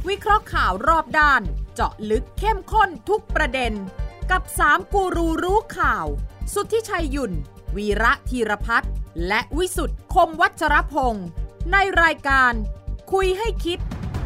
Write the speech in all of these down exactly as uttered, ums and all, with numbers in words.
วิเคราะห์ข่าวรอบด้านเจาะลึกเข้มข้นทุกประเด็นกับสามกูรูรู้ข่าวสุทธิชัยหยุ่นวีระธีรพัฒน์และวิสุทธ์คมวัชรพงศ์ในรายการคุยให้คิด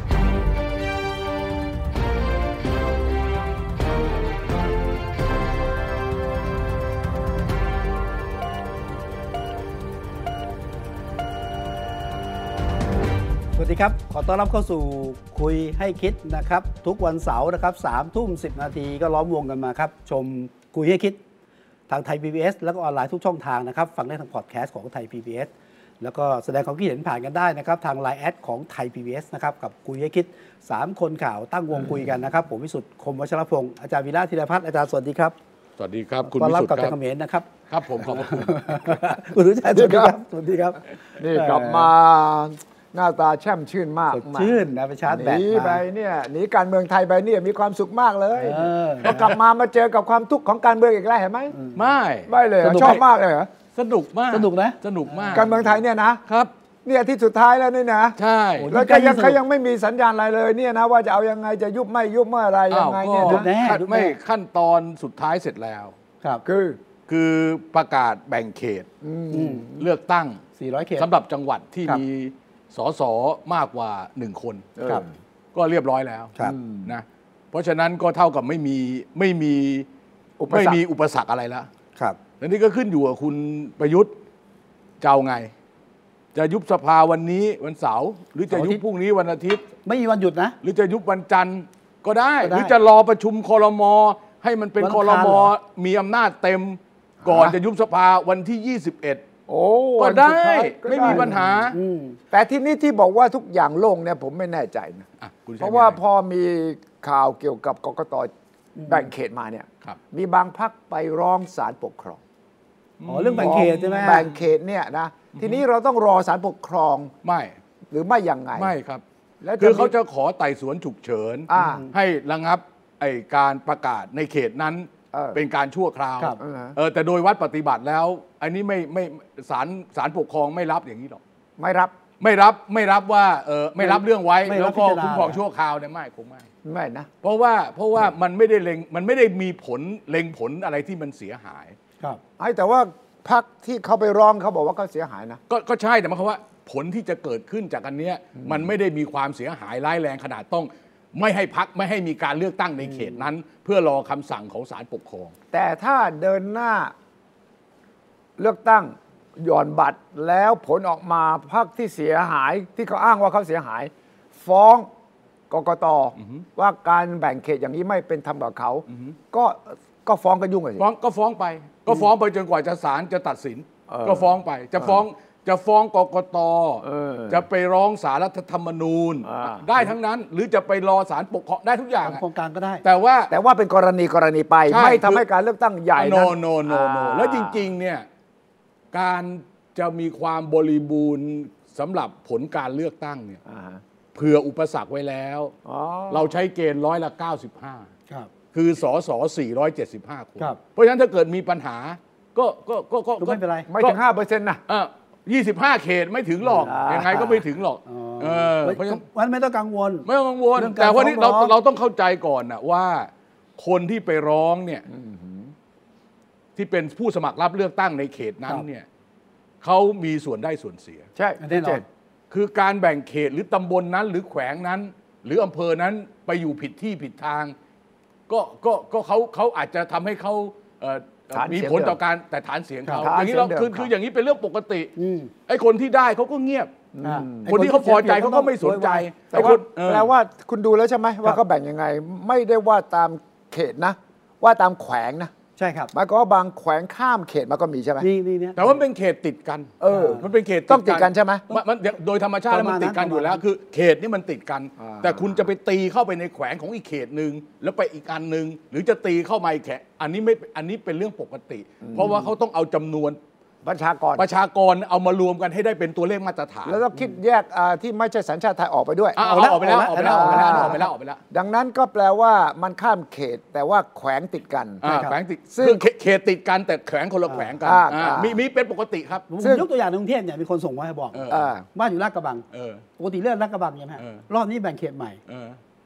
สวัสดีครับขอต้อนรับเข้าสู่คุยให้คิดนะครับทุกวันเสาร์นะครับสามทุ่มสิบนาทีก็ล้อมวงกันมาครับชมคุยให้คิดทางไทย พี บี เอส แล้วก็ออนไลน์ทุกช่องทางนะครับฟังได้ทางพอดแคสต์ของไทย พี บี เอส แล้วก็แสดงความคิดเห็นผ่านกันได้นะครับทาง ไลน์ แอดของไทย พี บี เอส นะครับกับคุยให้คิดสามคนข่าวตั้งวงคุยกันนะครับผมวิสุทธ์คมวัชรพงศ์อาจารย์วีระธีรพัฒน์อาจารย์สวัสดีครับสวัสดีครับคุณวิสุทธ์ครับกับเขมรนะครับครับผมขอบคุณคุณสุชัยสวัสดีครับสวัสดีครับนี่กลับมาหน้าตาแช่มชื่นมากชื่นนะไปชาร์จแบตหนีไปเนี่ยหนีการเมืองไทยไปเนี่ยมีความสุขมากเลยพอกลับมามาเจอกับความทุกข์ของการเมืองอีกแล้วเห็นไหมไม่ไม่เลยชอบมากเลยเหรอสนุกมากสนุกนะสนุกมากการเมืองไทยเนี่ยนะครับเนี่ยที่สุดท้ายแล้วนี่นะใช่แล้วก็ยังเขายังไม่มีสัญญาณอะไรเลยเนี่ยนะว่าจะเอายังไงจะยุบไม่ยุบเมื่อไรยังไงเนี่ยนะไม่ขั้นตอนสุดท้ายเสร็จแล้วครับคือคือประกาศแบ่งเขตเลือกตั้งสี่ร้อยเขตสำหรับจังหวัดที่มีสสมากกว่าหนึ่งคนก็เรียบร้อยแล้วนะเพราะฉะนั้นก็เท่ากับไม่มีไม่มีไม่มีอุปสรรคอะไรแล้วครับและนี่ก็ขึ้นอยู่กับคุณประยุทธ์จะเอาไงจะยุบสภาวันนี้วันเสาร์หรือจะยุบพรุ่งนี้วันอาทิตย์ไม่มีวันหยุดนะหรือจะยุบวันจันทร์ก็ได้หรือจะรอประชุมครม.ให้มันเป็นครม.มีอำนาจเต็มก่อนจะยุบสภาวันที่ยี่สิบเอ็ดโอ้ก็ได้ไม่มีปัญหาแต่ที่นี้ที่บอกว่าทุกอย่างโล่งเนี่ยผมไม่แน่ใจนะเพราะว่าพอมีข่าวเกี่ยวกับกกต.แบ่งเขตมาเนี่ยมีบางพรรคไปร้องศาลปกครองอ๋อเรื่องแบ่งเขตใช่ไหมแบ่งเขตเนี่ยนะทีนี้เราต้องรอศาลปกครองไม่หรือไม่ยังไงไม่ครับคือเขาจะขอไต่สวนฉุกเฉินให้ระงับไอ้การประกาศในเขตนั้นเป็นการชั่วคราวเออแต่โดยวัดปฏิบัติแล้วอันนี้ไม่ไม่ศาลศาลปกครองไม่รับอย่างนี้หรอกไม่รับไม่รับไม่รับว่าเออไม่รับเรื่องไว้แล้วก็คุ้มครองชั่วคราวเนี่ยไม่คงไม่ไม่นะเพราะว่าเพราะว่ามันไม่ได้เล็งมันไม่ได้มีผลเล็งผลอะไรที่มันเสียหายครับไอ้แต่ว่าพรรคที่เขาไปร้องเขาบอกว่าเขาเสียหายนะก็ก็ใช่แต่หมายความว่าผลที่จะเกิดขึ้นจากอันเนี้ยมันไม่ได้มีความเสียหายร้ายแรงขนาดต้องไม่ให้พักไม่ให้มีการเลือกตั้งในเขตนั้นเพื่อรอคำสั่งของศาลปกครองแต่ถ้าเดินหน้าเลือกตั้งหย่อนบัตรแล้วผลออกมาพรรคที่เสียหายที่เขาอ้างว่าเขาเสียหายฟ้องกกต.ว่าการแบ่งเขตอย่างนี้ไม่เป็นธรรมกับเขาก็ก็ฟ้องกันยุ่งเลยฟ้องก็ฟ้องไปก็ฟ้องไปจนกว่าจะศาลจะตัดสินก็ฟ้องไปจะฟ้องจะฟ้องกกต.จะไปร้องศาลรัฐธรรมนูญได้ทั้งนั้นหรือจะไปรอศาลปกครองได้ทุกอย่างโครงการก็ได้แต่ว่าแต่ว่าเป็นกรณีกรณีไปไม่ทำให้การเลือกตั้งใหญ่โนโนโนโนแล้วจริงๆเนี่ยการจะมีความบริบูรณ์สำหรับผลการเลือกตั้งเนี่ยเผื่ออุปสรรคไว้แล้วเราใช้เกณฑ์ร้อยละเก้าสิบห้าคือสสสี่ร้อยเจ็ดสิบห้าคนเพราะฉะนั้นถ้าเกิดมีปัญหาก็ก็ก็ก็ไม่เป็นไรไม่ถึงห้าเปอร์เซ็นต์นะยี่สิบห้าเขตไม่ถึงหรอกยังไงก็ไม่ถึงหรอกเออเพราะฉะนั้นไม่ต้องกังวลไม่ต้องกังวลแต่วันนี้เราเราต้องเข้าใจก่อนนะว่าคนที่ไปร้องเนี่ยที่เป็นผู้สมัครรับเลือกตั้งในเขตนั้นเนี่ยเขามีส่วนได้ส่วนเสียใช่แน่นอนคือการแบ่งเขตหรือตำบลนั้นหรือแขวงนั้นหรืออำเภอนั้นไปอยู่ผิดที่ผิดทางก็ก็ก็เขาเขาอาจจะทำให้เขามีผลต่อการแต่ฐานเสียงเขาอย่างนี้เราคือคืออย่างนี้เป็นเรื่องปกติไอ้คนที่ได้เขาก็เงียบคนที่เขาพอใจเขาก็ไม่สนใจแต่ว่าแปลว่าคุณดูแล้วใช่ไหมว่าเขาแบ่งยังไงไม่ได้ว่าตามเขตนะว่าตามแขวงนะใช่ครับหมายความว่าบางแขวงข้ามเขตมาก็มีใช่ไหมนี่นี่เนี่ยแต่ว่าเป็นเขตติดกันเออมันเป็นเขตต้องติดกันใช่ไหมมันโดยธรรมชาติแล้วมันติดกันอยู่แล้วคือเขตนี่มันติดกันแต่คุณจะไปตีเข้าไปในแขวงของอีกเขตหนึ่งแล้วไปอีกอันหนึ่งหรือจะตีเข้ามาอีกแขกอันนี้ไม่อันนี้เป็นเรื่องปกติเพราะว่าเขาต้องเอาจำนวนประชากรประชากรเอามารวมกันให้ได้เป็นตัวเลขมาตรฐานแล้วต้องคิดแยกที่ไม่ใช่สัญชาติไทยออกไปด้วยเอาออกไปแล้วออกไปแล้วออกไปแล้วออกไปแล้วออกไปแล้วดังนั้นก็แปลว่ามันข้ามเขตแต่ว่าแขวงติดกันแขวงติดซึ่งเขตติดกันแต่แขวงคนละแขวงกันมีมีเป็นปกติครับผมยกตัวอย่างในกรุงเทพเนี่ยมีคนส่งมาให้บอกบ้านอยู่ลาดกระบังปกติเลือกลาดกระบังใช่ไหมรอบนี้แบ่งเขตใหม่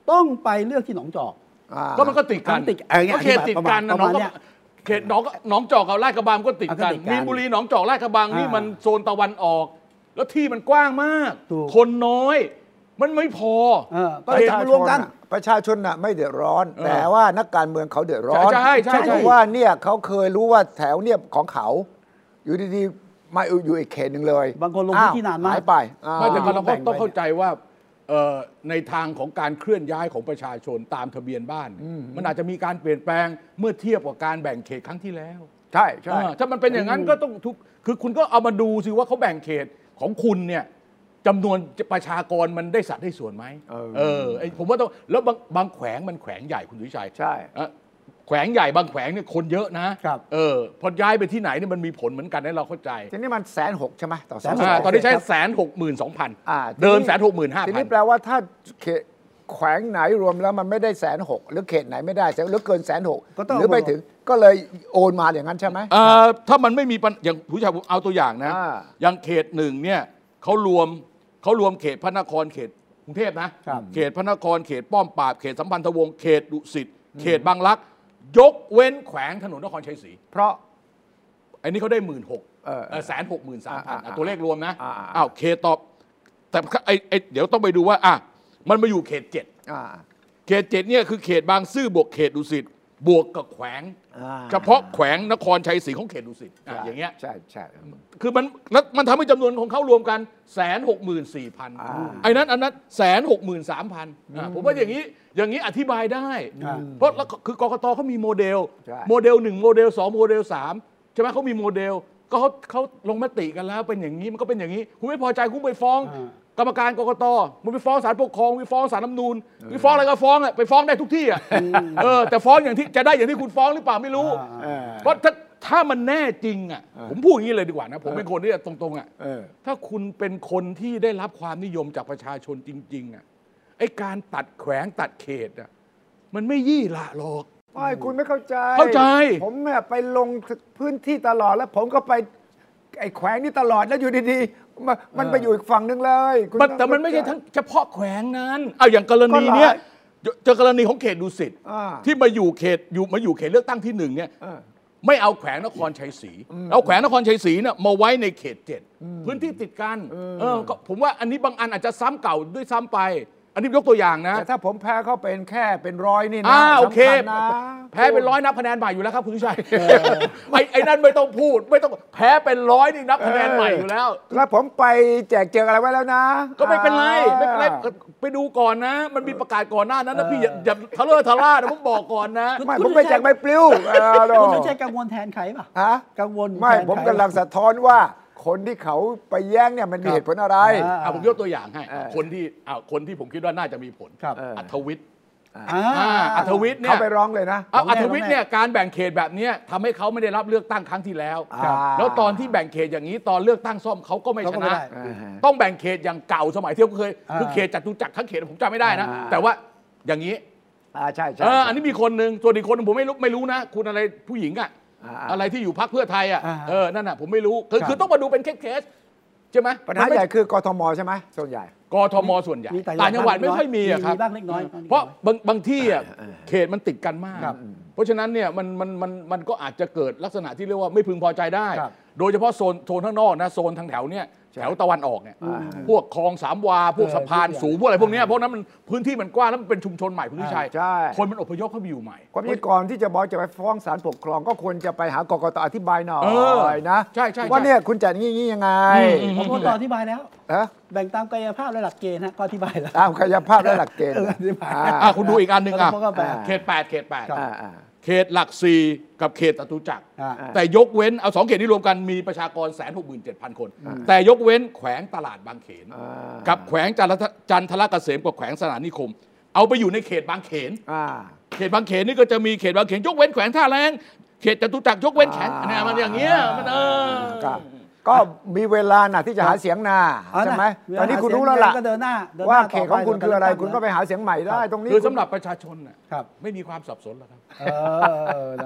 ต้องไปเลือกที่หนองจอกก็มันก็ติดกันติดเออก็เขตติดกันนะน้องก็เขตหนองหนองจอกกับลาดกระบังก็ติดกันมีนบุรีหนองจอกลาดกระบังนี่มันโซนตะวันออกแล้วที่มันกว้างมากคนน้อยมันไม่พอก็เลยมารวมกันประชาชนน่ะไม่เดือดร้อนแต่ว่านักการเมืองเขาเดือดร้อนใช่ใช่เพราะว่าเนี่ยเขาเคยรู้ว่าแถวเนี่ยของเขาอยู่ดีๆมาอยู่อีกเขตหนึ่งเลยบางคนลงพื้นที่นานมากหายไปไม่แต่เราต้องเข้าใจว่าในทางของการเคลื่อนย้ายของประชาชนตามทะเบียนบ้านมันอาจจะมีการเปลี่ยนแปลงเมื่อเทียบกับการแบ่งเขตครั้งที่แล้วใช่ใช่ถ้ามันเป็นอย่างนั้นก็ต้องทุกคือคุณก็เอามาดูสิว่าเขาแบ่งเขตของคุณเนี่ยจำนวนประชากรมันได้สัดได้ส่วนไหมเออไอผมว่าต้องแล้วบางบางแขวงมันแขวงใหญ่คุณสุวิชัยใช่แขวงใหญ่บางแขวงเนี่ยคนเยอะนะครับเออพอย้ายไปที่ไหนเนี่ยมันมีผลเหมือนกันให้เราเข้าใจทีนี้มันแสนหกใช่ไหมต่อแสนตอนนี้ใช้แสนหกหมื่นสองพันเดิมแสนหกหมื่นห้าพันทีนี้แปลว่าถ้าเขตแขวงไหนรวมแล้วมันไม่ได้แสนหกหรือเขตไหนไม่ได้หรือเกินแสนหกหรือไปถึงก็เลยโอนมาอย่างนั้นใช่ไหมถ้ามันไม่มีอย่างผู้ชายผมเอาตัวอย่างนะอย่างเขตหนึ่งเนี่ยเขารวมเขารวมเขตพระนครเขตกรุงเทพนะเขตพระนครเขตป้อมปราบเขตสัมพันธวงศ์เขตดุสิตเขตบางรักยกเว้นแขวงถนนนครชัยศรีเพราะอันนี้เขาได้หมื่นหกแสนหกหมื่นสามพันตัวเลขรวมนะอ้าวเขตตอบแต่ไอ้เดี๋ยวต้องไปดูว่าอ่ะมันมาอยู่เขตเจ็ดเขตเจ็ดเนี่ยคือเขตบางซื่อบวกเขตดุสิตบวกกับแขวงเฉพาะแขวงนครชัยศรีของเขตดุสิตอย่างเงี้ยใช่ใช่คือมันแล้วมันทำให้จำนวนของเขารวมกันแสนหกหมื่นสี่พันไอ้นั้นอันนั้นแสนหกหมื่นสามพันผมว่าอย่างนี้อย่างนี้อธิบายได้เพราะคือกกตเขามีโมเดลโมเดลหนึ่งโมเดลสองโมเดลสามใช่ไหมเขามีโมเดลก็เขาเขาลงมติกันแล้วเป็นอย่างนี้มันก็เป็นอย่างนี้คุณไม่พอใจคุณไปฟ้องกรรมการกกตมึงไปฟ้องศาลปกครองไปฟ้องศาลรัฐธรรมนูญไปฟ้องอะไรก็ฟ้องอ่ะไปฟ้องได้ทุกที่อ่ะเออแต่ฟ้องอย่างที่จะได้อย่างที่คุณฟ้องหรือเปล่าไม่รู้เพราะถ้าถ้ามันแน่จริงอ่ะผมพูดอย่างนี้เลยดีกว่านะผมเป็นคนที่ตรงๆอ่ะถ้าคุณเป็นคนที่ได้รับความนิยมจากประชาชนจริงๆอ่ะไอ้การตัดแขวงตัดเขตอ่ะมันไม่ยี่หละหรอกไม่คุณไม่เข้าใจเข้าใจผมเนี่ยไปลงพื้นที่ตลอดแล้วผมก็ไปไอ้แขวงนี่ตลอดแล้วอยู่ดีๆมันไปอยู่อีกฝั่งนึงเลยแต่มันไม่ใช่ทั้งเฉพาะแขวงนั้นเอาอย่างกรณีเนี้ยเจอกรณีของเขตดุสิตที่มาอยู่เขตอยู่มาอยู่เขตเลือกตั้งที่หนึ่งเนี่ยไม่เอาแขวงนครชัยศรีเอาแขวงนครชัยศรีเนี่ยมาไว้ในเขตเจ็ดพื้นที่ติดกันเออผมว่าอันนี้บางอันอาจจะซ้ำเก่าด้วยซ้ำไปอันนี้ยกตัวอย่างนะแต่ถ้าผมแพ้เขาเป็นแค่เป็นร้อยนี่นะอ่าโอเคแพ้เป็นร้อยนับคะแนนใหม่อยู่แล้วครับคุณชัยไอ้ไอ้นั่นไม่ต้องพูดไม่ต้องแพ้เป็นร้อยนี่นับคะแนนใหม่อยู่แล้วแล้วผมไปแจกเจออะไรไว้แล้วนะก็ไม่เป็นไรไม่เป็นไรไปดูก่อนนะมันมีประกาศก่อนหน้านั้นนะพี่อย่าทะเลาะทะล่านะผมบอกก่อนนะไม่ผมไปแจกใบปลิวคุณไม่ใช่กังวลแทนใครป่ะฮะกังวลไม่ผมกำลังสะท้อนว่าคนที่เขาไปแย้งเนี่ยมันมีเหตุผลอะไรอ่าผมยกตัวอย่างให้คนที่อ่าคนที่ผมคิดว่าน่าจะมีผลอัธวิทย์อัธวิทย์เนี่ยเขาไปร้องเลยนะอัธวิทย์เนี่ยการแบ่งเขตแบบนี้ทำให้เขาไม่ได้รับเลือกตั้งครั้งที่แล้วแล้วตอนที่แบ่งเขตอย่างนี้ตอนเลือกตั้งซ่อมเขาก็ไม่ชนะต้องแบ่งเขตอย่างเก่าสมัยที่เขาเคยคือเขตจตุจักรทั้งเขตผมจำไม่ได้นะแต่ว่าอย่างนี้อ่าใช่ใช่อันนี้มีคนหนึ่งส่วนอีกคนผมไม่รู้ไม่รู้นะคุณอะไรผู้หญิงอ่ะอะไรที่อยู่พรรคเพื่อไทยอ่ะเออนั่นน่ะผมไม่รู้คือคือต้องมาดูเป็นเคสใช่ไหมปัญหาใหญ่คือกทมใช่ไหมส่วนใหญ่กทมส่วนใหญ่ต่างจังหวัดไม่ค่อยมีอะครับเพราะบางบางที่อ่ะเขตมันติดกันมากเพราะฉะนั้นเนี่ยมันมันมันมันก็อาจจะเกิดลักษณะที่เรียกว่าไม่พึงพอใจได้โดยเฉพาะโซนโซนข้างนอกนะโซนทางแถวเนี่ยแถวตะวันออกเนี่ยพวกคลองสามวาพวกสะพานสูงพวกอะไรพวกนี้เพราะนั้นมันพื้นที่มันกว้างแล้วมันเป็นชุมชนใหม่พื้นที่ชัยคนมันอพยพเข้าไปอยู่ใหม่ความนี้ก่อนที่จะบอกจะไปฟ้องศาลปกครองก็ควรจะไปหากกตอธิบายหน่อยนะใช่ใช่ว่าเนี่ยคุณจัดงี้งี้ยังไงผมก็อธิบายแล้วแบ่งตามกายภาพและหลักเกณฑ์ฮะก็อธิบายแล้วตามกายภาพและหลักเกณฑ์อ่าคุณดูอีกอันหนึ่งอ่ะเขตแปดเขตแปดเขตหลักสี่กับเขตจตุจักรแต่ยกเว้นเอาสองเขตนี้รวมกันมีประชากร แสนหกหมื่นเจ็ดพัน คนแต่ยกเว้นแขวงตลาดบางเขนกับแขวงจันทรเกษมกับแขวงสนามนิคมเอาไปอยู่ในเขตบางเขนเขตบางเขนนี่ก็จะมีเขตบางเขนยกเว้นแขวงท่าแรงเขตจตุจักรยกเว้นแขวงเนี่ยมันอย่างเงี้ยมันเออก็มีเวลาน่ะที่จะหาเสียงนาใช่ไหมตอนนี้คุณรู้แล้วล่ะว่าเขตของคุณคืออะไรคุณก็ไปหาเสียงใหม่ได้ตรงนี้คือสำหรับประชาชนน่ะไม่มีความสับสนหรอกครับ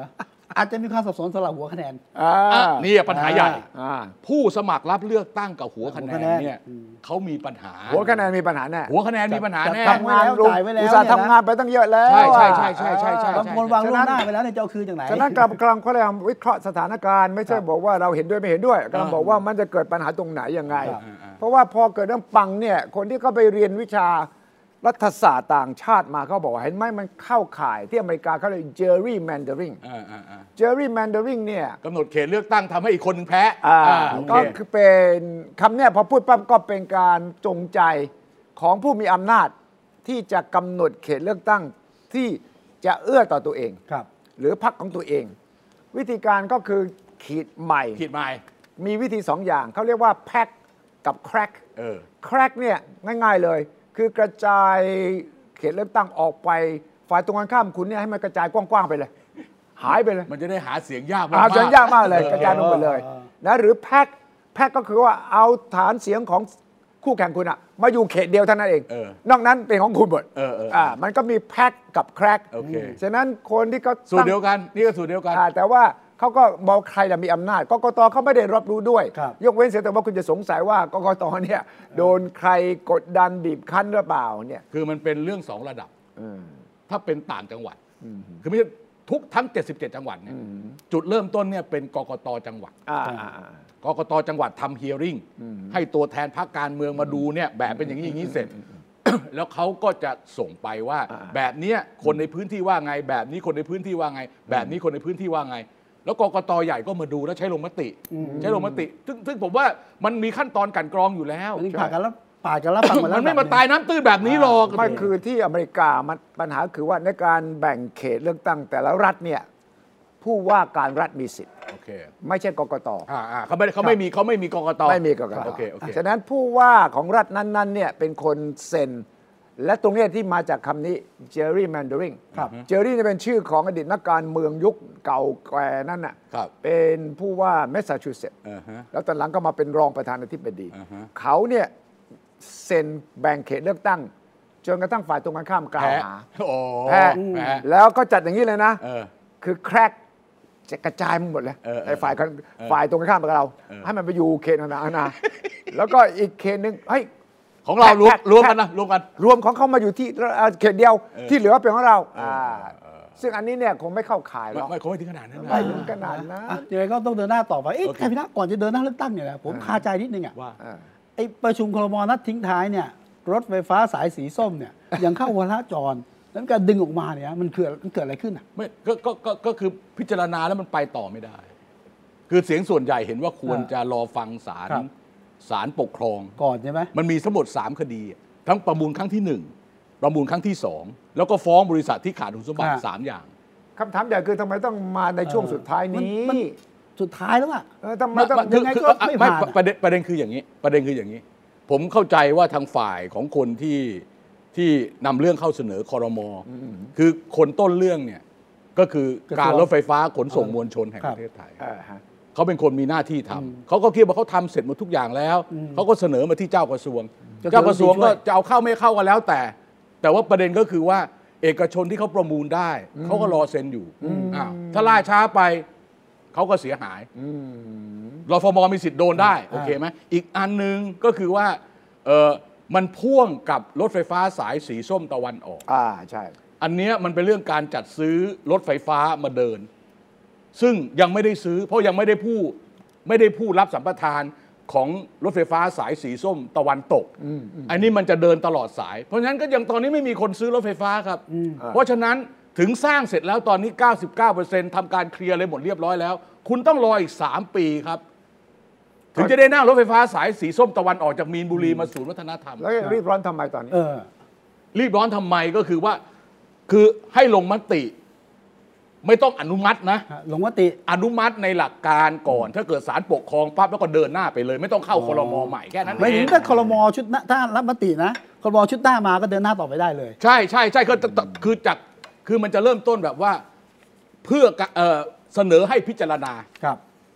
อาจจะมีความสับสนสำหรับหัวคะแนนนี่ปัญหาใหญ่ผู้สมัครรับเลือกตั้งกับหัวคะแนนเนี่ยเขามีปัญหาหัวคะแนนมีปัญหาแน่หัวคะแนนมีปัญหาแน่ทำงานจ่ายไว้แล้วอุตสาห์ทำงานไปตั้งเยอะแล้วใช่ใช่ใช่ใช่ใช่ใช่บางคนวางล่วงหน้าไปแล้วเนี่ยจะเอาคืนจากไหนฉะนั้นกำลังกำลังเขาเลยวิเคราะห์สถานการณ์ไม่ใช่บอกว่าเราเห็นด้วยไม่เห็นด้วยกำลังบอกว่ามันจะเกิดปัญหาตรงไหนยังไงเพราะว่าพอเกิดเรื่องปังเนี่ยคนที่เขาไปเรียนวิชารัฐศาสตร์ต่างชาติมาเขาบอกว่าเห็นไหมมันเข้าข่ายที่อเมริกาเขาเรียก gerrymandering gerrymandering เนี่ยกำหนดเขตเลือกตั้งทำให้อีกคนนึงแพ้ก็คือเป็นคำเนี่ยพอพูดปั๊บก็เป็นการจงใจของผู้มีอำนาจที่จะกำหนดเขตเลือกตั้งที่จะเอื้อต่อตัวเองหรือพรรคของตัวเองวิธีการก็คือขีดใหม่ขีดใหม่มีวิธีสองอย่างเขาเรียกว่าแพ็คกับแคร็กแคร็กเนี่ยง่ายๆเลยคือกระจายเขตเลือกตั้งออกไปฝ่ายตรงกันข้ามคุณเนี่ยให้มันกระจายกว้างๆไปเลยหายไปเลยมันจะได้หาเสียงยากมากหาเสียงยากมากเลยกระจายลงไปเลยนะหรือแพ็คแพ็คก็คือว่าเอาฐานเสียงของคู่แข่งคุณอะมาอยู่เขตเดียวเท่านั้นเองนอกนั้นเป็นของคุณหมดอ่ามันก็มีแพ็คกับแคร็กฉะนั้นคนที่เขาสูตรเดียวกันนี่ก็สูตรเดียวกันแต่ว่าเขาก็บอกใครจะมีอำนาจกกตเขาไม่ได้รับรู้ด้วยยกเว้นเสียแต่ว่าคุณจะสงสัยว่ากกตเนี่ยโดนใครกดดันบีบคั้นหรือเปล่าเนี่ยคือมันเป็นเรื่องสองระดับถ้าเป็นต่างจังหวัดคือไม่ใช่ทุกทั้งเจ็ดสิบเจ็ดจังหวัดเนี่ยจุดเริ่มต้นเนี่ยเป็นกกตจังหวัดกกตจังหวัดทำเฮียริ่งให้ตัวแทนพรรคการเมืองมาดูเนี่ยแบบเป็นอย่างนี้อย่างนี้เสร็จแล้วเขาก็จะส่งไปว่าแบบนี้คนในพื้นที่ว่าไงแบบนี้คนในพื้นที่ว่าไงแบบนี้คนในพื้นที่ว่าไงแล้วกกตใหญ่ก็มาดูแล้วใช้ลงมติใช้ลงมติซึ่งซึ่งผมว่ามันมีขั้นตอนกันกรองอยู่แล้วผ่านกันแล้วผ่านกันแล้วมันไม่มาตายน้ำตื้นแบบนี้หรอกมันคือที่อเมริกามันปัญหาคือว่าในการแบ่งเขตเลือกตั้งแต่ละรัฐเนี่ยผู้ว่าการรัฐมีสิทธิ์ไม่ใช่กกตเขาไม่เขาไม่มีเขาไม่มีกกตไม่มีกกตฉะนั้นผู้ว่าของรัฐนั้นๆเนี่ยเป็นคนเซ็นและตรงนี้ที่มาจากคำนี้ gerrymandering gerry เนี่ยเป็นชื่อของอดีตนักการเมืองยุคเก่าแก่นั่นน่ะเป็นผู้ว่าแมสซาชูเซตส์แล้วตอนหลังก็มาเป็นรองประธานาธิบดีเขาเนี่ยเซ็นแบ่งเขตเลือกตั้งจนกระทั่งฝ่ายตรงกันข้ามกล่าวหาแพ้แล้วก็จัดอย่างนี้เลยนะคือแคร็กจะกระจายมันหมดเลยไอ้ฝ่ายฝ่ายตรงกันข้ามกับเราให้มันไปอยู่เขตนานาแล้วก็อีกเขตหนึ่งเฮ้ยของเรารวมรวมกันนะรวมกันรวมของเขามาอยู่ที่เขตเดียวที่เหลือเป็นของเราซึ่งอันนี้เนี่ยคงไม่เข้าข่ายหรอกไม่คงไม่ถึงขนาดนั้นไม่ถึงขนาดนั้นยังไงก็ต้องเดินหน้าต่อไปเอ๊ะใครพี่นะก่อนจะเดินหน้าเลือกตั้งเนี่ยนะผมคาใจนิดนึงอ่ะว่าไอ้ประชุมครม.นัดทิ้งท้ายเนี่ยรถไฟฟ้าสายสีส้มเนี่ยยังเข้าวาระจรแล้วการดึงออกมาเนี่ยมันเกิดมันเกิดอะไรขึ้นอ่ะไม่ก็ก็ก็ก็คือพิจารณาแล้วมันไปต่อไม่ได้คือเสียงส่วนใหญ่เห็นว่าควรจะรอฟังศาลศาลปกครองก่อนใช่ไหมมันมีทั้งหมดสามคดีทั้งประมูลครั้งที่หนึ่งประมูลครั้งที่สองแล้วก็ฟ้องบริษัทที่ขาดคุณสมบัติสามอย่างคำถามใหญ่คือทำไมต้องมาในช่วงสุดท้ายนี้สุดท้ายแล้วอ่ะทำไมต้องยังไงก็ไม่ผ่านประเด็นประเด็นคืออย่างนี้ประเด็นคืออย่างนี้ผมเข้าใจว่าทางฝ่ายของคนที่ที่นำเรื่องเข้าเสนอครม.คือคนต้นเรื่องเนี่ยก็คือการรถไฟฟ้าขนส่งมวลชนแห่งประเทศไทยเขาเป็นคนมีหน้าที่ทำเขาก็คิดว่าเขาทำเสร็จหมดทุกอย่างแล้วเขาก็เสนอมาที่เจ้ากระทรวงเจ้ากระทรวงก็จะเอาเข้าไม่เข้ากันแล้วแต่แต่ว่าประเด็นก็คือว่าเอกชนที่เขาประมูลได้เขาก็รอเซ็นอยู่ถ้าล่าช้าไปเขาก็เสียหายรฟม.มีสิทธิ์โดนได้โอเคไหมอีกอันนึงก็คือว่าเออมันพ่วงกับรถไฟฟ้าสายสีส้มตะวันออกอ่าใช่อันนี้มันเป็นเรื่องการจัดซื้อรถไฟฟ้ามาเดินซึ่งยังไม่ได้ซื้อเพราะยังไม่ได้ผู้ไม่ได้ผู้รับสัมปทานของรถไฟฟ้าสายสีส้มตะวันตกอันนี้มันจะเดินตลอดสายเพราะฉะนั้นก็ยังตอนนี้ไม่มีคนซื้อรถไฟฟ้าครับเพราะฉะนั้นถึงสร้างเสร็จแล้วตอนนี้ เก้าสิบเก้าเปอร์เซ็นต์ ทำการเคลียร์อะไรหมดเรียบร้อยแล้วคุณต้องรออีกสามปีครับถึงจะได้นั่งรถไฟฟ้าสายสีส้มตะวันออกจากมีนบุรีมาศูนย์วัฒนธรรมแล้วรีบร้อนทำไมตอนนี้รีบร้อนทำไมก็คือว่าคือให้ลงมติไม่ต้องอนุมัตินะลงมติอนุมัติในหลักการก่อนถ้าเกิดศาลปกครองปั๊บแล้วก็เดินหน้าไปเลยไม่ต้องเข้าครม.ใหม่แค่นั้นเองไม่ถึงถ้าครม.ชุดถ้ารับมตินะครม.ชุดหน้ามาก็เดินหน้าต่อไปได้เลยใช่ใช่ใช่คือคือจากคือมันจะเริ่มต้นแบบว่าเพื่อเสนอให้พิจารณาครับ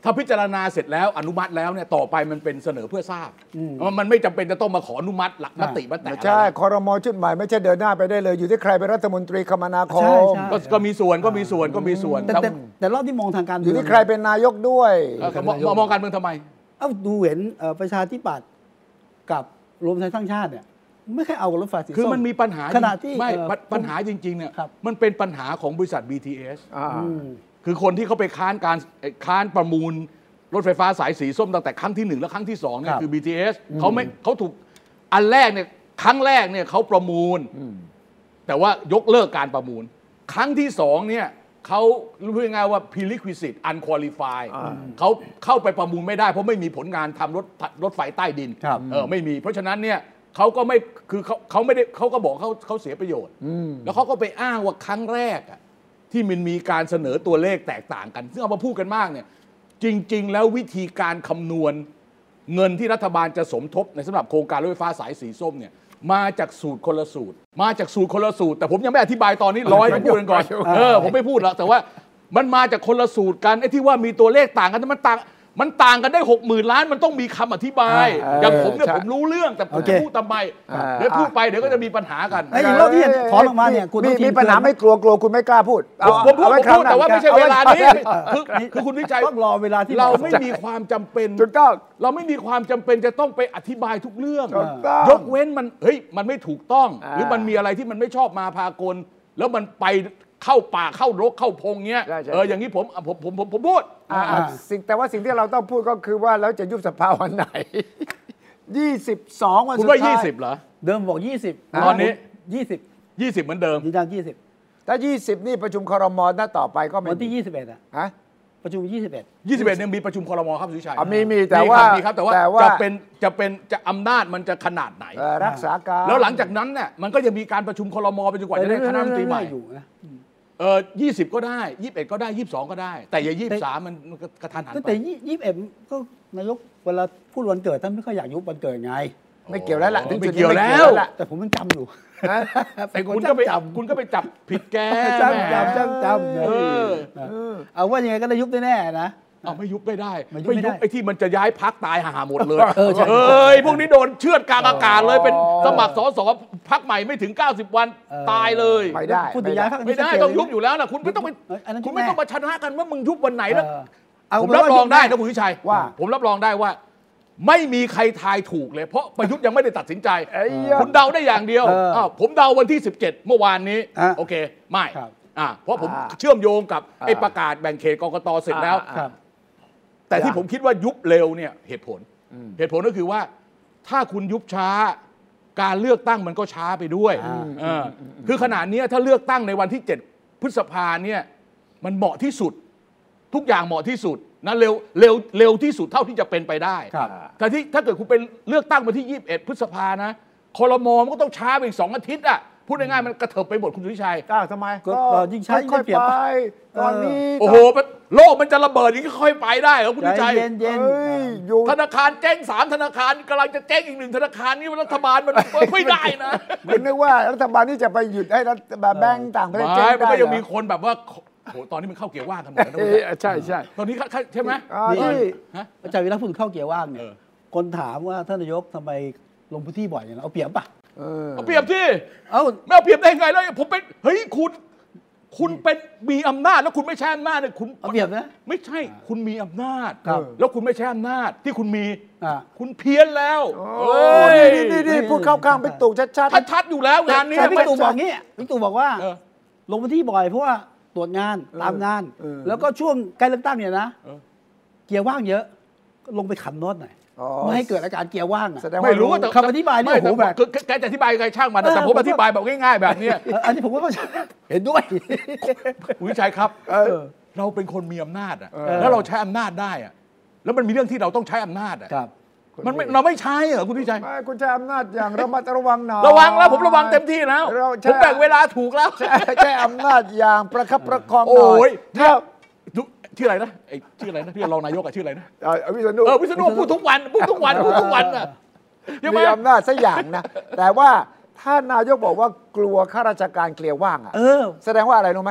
ถ้าพิจารณาเสร็จแล้วอนุมัติแล้วเนี่ยต่อไปมันเป็นเสนอเพื่อทราบมันไม่จำเป็นจะต้องมาขออนุมัติหลักมติมติใช่ครม.ชุดใหม่ไม่ใช่เดินหน้าไปได้เลยอยู่ที่ใครเป็นรัฐมนตรีคมนาคมก็มีส่วนก็มีส่วนก็มีส่วนแต่แต่รอบที่มองทางการอยู่ที่ใครเป็นนายกด้วยมองการเมืองทำไมเอ้าดูเห็นประชาธิปัตย์กับรวมไทยสร้างชาติเนี่ยไม่เคยเอากับรถไฟสีส้มคือมันมีปัญหาขณะที่ไม่ปัญหาจริงๆเนี่ยมันเป็นปัญหาของบริษัท บี ที เอส คือคนที่เขาไปค้านการค้านประมูลรถไฟฟ้าสายสีส้มตั้งแต่ครั้งที่หนึ่งและครั้งที่สองเนี่ยคือ บี ที เอส เขาไม่เขาถูกอันแรกเนี่ยครั้งแรกเนี่ยเขาประมูลแต่ว่ายกเลิกการประมูลครั้งที่สองเนี่ยเขาพูดง่ายๆว่า prerequisite unqualified เขาเข้าไปประมูลไม่ได้เพราะไม่มีผลงานทำรถรถไฟใต้ดินเออไม่มีเพราะฉะนั้นเนี่ยเขาก็ไม่คือเขาเขาไม่ได้เขาก็บอกเขาเขาเสียประโยชน์แล้วเขาก็ไปอ้างว่าครั้งแรกอะที่มันมีการเสนอตัวเลขแตกต่างกันซึ่งเอามาพูดกันมากเนี่ยจริงๆแล้ววิธีการคำนวณเงินที่รัฐบาลจะสมทบในสำหรับโครงการรถไฟฟ้าสายสีส้มเนี่ยมาจากสูตรคนละสูตรมาจากสูตรคนละสูตรแต่ผมยังไม่อธิบายตอนนี้ร้อยไปพูดกันก่อนเออผมไม่พูดแล้วแต่ว่ามันมาจากคนละสูตรกันไอ้ที่ว่ามีตัวเลขต่างกันมันต่างมันต่างกันได้หกหมื่นล้านมันต้องมีคำอธิบายอย่างผมเนี่ยผมรู้เรื่องแต่ผมพูดทำไมเดี๋ยวพูดไปเดี๋ยวก็จะมีปัญหากันไอ้รอบที่ถอนออกมาเนี่ยคุณมีปัญหาไม่กลัวกลัวคุณไม่กล้าพูดผมพูดผมพูดแต่ว่าไม่ใช่เวลานี้คือคือคุณวิชัยต้องรอเวลาที่เราไม่มีความจำเป็นถูกต้องเราไม่มีความจำเป็นจะต้องไปอธิบายทุกเรื่องยกเว้นมันเฮ้ยมันไม่ถูกต้องหรือมันมีอะไรที่มันไม่ชอบมาพากลแล้วมันไปเข้าป่าเข้ารกเข้าพงเงี้ยเอออย่างนี้ผมผมผมผมผมพูดสิ่งแต่ว่าสิ่งที่เราต้องพูดก็คือว่าแล้วจะยุบสภาวันไหนยี่สิบสองวันสุดท้ายคุณว่ายี่สิบเหรอเดิมบอกยี่สิบตอนนี้ยี่สิบยี่สิบเหมือนเดิมยืนยันยี่สิบถ้ายี่สิบนี่ประชุมครม.น่าต่อไปก็วันที่ยี่สิบเอ็ดอ่ะฮะประชุมยี่สิบเอ็ดยี่สิบเอ็ดยังมีประชุมครม.ครับสุวิชัยมีมีแต่ว่ามีครับแต่ว่าจะเป็นจะเป็นจะอำนาจมันจะขนาดไหนรักษาการแล้วหลังจากนั้นเนี่ยมันก็จะมีการประชุมครม.ไปจนกว่าจะได้คณะรัฐมนตรีใหม่อยู่นะเออยี่สิบก็ได้ยี่สิบเอ็ดก็ได้ยี่สิบสองก็ได้แต่อย่ายี่สิบสามมันกระทันหันไปแต่ยี่สิบเอ็ดก็นายกเวลาพูดวันเกิดท่านไม่ค่อยอยากยุบวันเกิดไงไม่เกี่ยวแล้วล่ะไม่เกี่ยวแล้วแต่ผมมันจำอยู่แต่คุณก็ไปจับคุณก็ไปจับผิดแกจำจำจำจำเออเอาว่ายังไงก็ได้ยุบแน่ๆนะเอาไม่ยุบไม่ได้ไม่ยุบไอ้ที่มันจะย้ายพักตายหาหมดเลยเอ้ยพวกนี้โดนเชือดกลางอากาศเลยเป็นสมัครสสพักใหม่ไม่ถึงเก้าสิบวันตายเลยไม่ได้พูดถึงย้ายพักไม่ได้ต้องยุบอยู่แล้วนะคุณไม่ต้องไปคุณไม่ต้องมาชนะกันว่ามึงยุบวันไหนนะผมรับรองได้นะคุณวิชัยว่าผมรับรองได้ว่าไม่มีใครทายถูกเลยเพราะประยุทธ์ยังไม่ได้ตัดสินใจคุณเดาได้อย่างเดียวผมเดาวันที่สิบเจ็ดเมื่อวานนี้โอเคไม่เพราะผมเชื่อมโยงกับไอ้ประกาศแบ่งเขตกกต.เสร็จแล้วแต่ที่ผมคิดว่ายุบเร็วเนี่ยเหตุผลเหตุผลก็คือว่าถ้าคุณยุบช้าการเลือกตั้งมันก็ช้าไปด้วยคือขณะนี้ถ้าเลือกตั้งในวันที่เจ็ดพฤษภาเนี่ยมันเหมาะที่สุดทุกอย่างเหมาะที่สุดนะเร็วเร็วเร็วที่สุดเท่าที่จะเป็นไปได้แต่ที่ถ้าเกิดคุณเป็นเลือกตั้งวันที่ยี่สิบเอ็ดพฤษภานะครม.มันก็ต้องช้าไปอีกสองอาทิตย์อ่ะพูดง่ายๆมันกระเถิบไปหมดคุณสุวิชัยอ้าวทำไมก็ยิ่งช้ายิ่งเปลี่ยนไปตอนนี้โอ้โหโลกมันจะระเบิดอย่างนี้ค่อยไปได้เหรอคุณสุวิชัยเย็นๆธนาคารเจ๊งสามธนาคารกำลังจะเจ๊งอีกหนึ่งธนาคารนี่รัฐบาลมันไม่ได้นะคุณนึกว่ารัฐบาลนี่จะไปหยุดให้รัฐบาลแบงก์ต่างประเทศเจ๊งได้มันก็ยังมีคนแบบว่าโหตอนนี้มันเข้าเกียร์ว่างกันหมดแล้วนะใช่ใช่ตอนนี้ใช่ไหมนี่อาจารย์วิรัติพูดเข้าเกียร์ว่างเนี่ยคนถามว่าท่านนายกทำไมลงพื้นที่บ่อยอย่างนั้นเอาเปรียบป่ะเอาเปรียบที่เอาไม่เอาเปรียบได้ไงแล้วผมเป็นเฮ้ยคุณคุณเป็นมีอำนาจแล้วคุณไม่ใช้อำนาจเนี่ยคุณเอาเปรียบนะไม่ใช่คุณมีอำนาจแล้วคุณไม่ใช้อำนาจที่คุณมีคุณเพี้ยนแล้วนี่นี่นี่พูดเข้าข้างเป็นตู่ชัดชัดชัดอยู่แล้วงานนี้พี่ตู่บอกงี้พี่ตู่บอกว่าลงพื้นที่บ่อยเพราะว่าตรวจงานตามงานแล้วก็ช่วงใกล้เลือกตั้งเนี่ยนะเกียร์ว่างเยอะลงไปขันโน้ตหน่อยไม่ให้เกิดอาการเกียร์ว่างไม่รู้แต่คำอธิบายนี่โอ้โหแบบแกจะอธิบายไงช่างมันแต่ผมอธิบายแบบง่ายๆแบบนี้อันนี้ผมก็เห็นด้วยคุณวิชัยครับเราเป็นคนมีอำนาจอ่ะแล้วเราใช้อำนาจได้อ่ะแล้วมันมีเรื่องที่เราต้องใช้อำนาจอ่ะมันเราไม่ใช้เหรอคุณวิชัยคุณใช้อำนาจอย่างระมัดระวังหน่อยระวังแล้วผมระวังเต็มที่แล้วผมแบ่งเวลาถูกแล้วใช้อำนาจอย่างประคับประคองหน่อยถ้าชื่ออะไรนะไอ้ชื่ออะไรนะที่รองนายกอะชื่ออะไรนะวิษณุเออวิษณุพูดทุกวันพูดทุกวันพูดทุกวันอะมีอำนาจสักอย่างนะแต่ว่าถ้านายกบอกว่ากลัวข้าราชการเกลียวว่างอะแสดงว่าอะไรรู้ไหม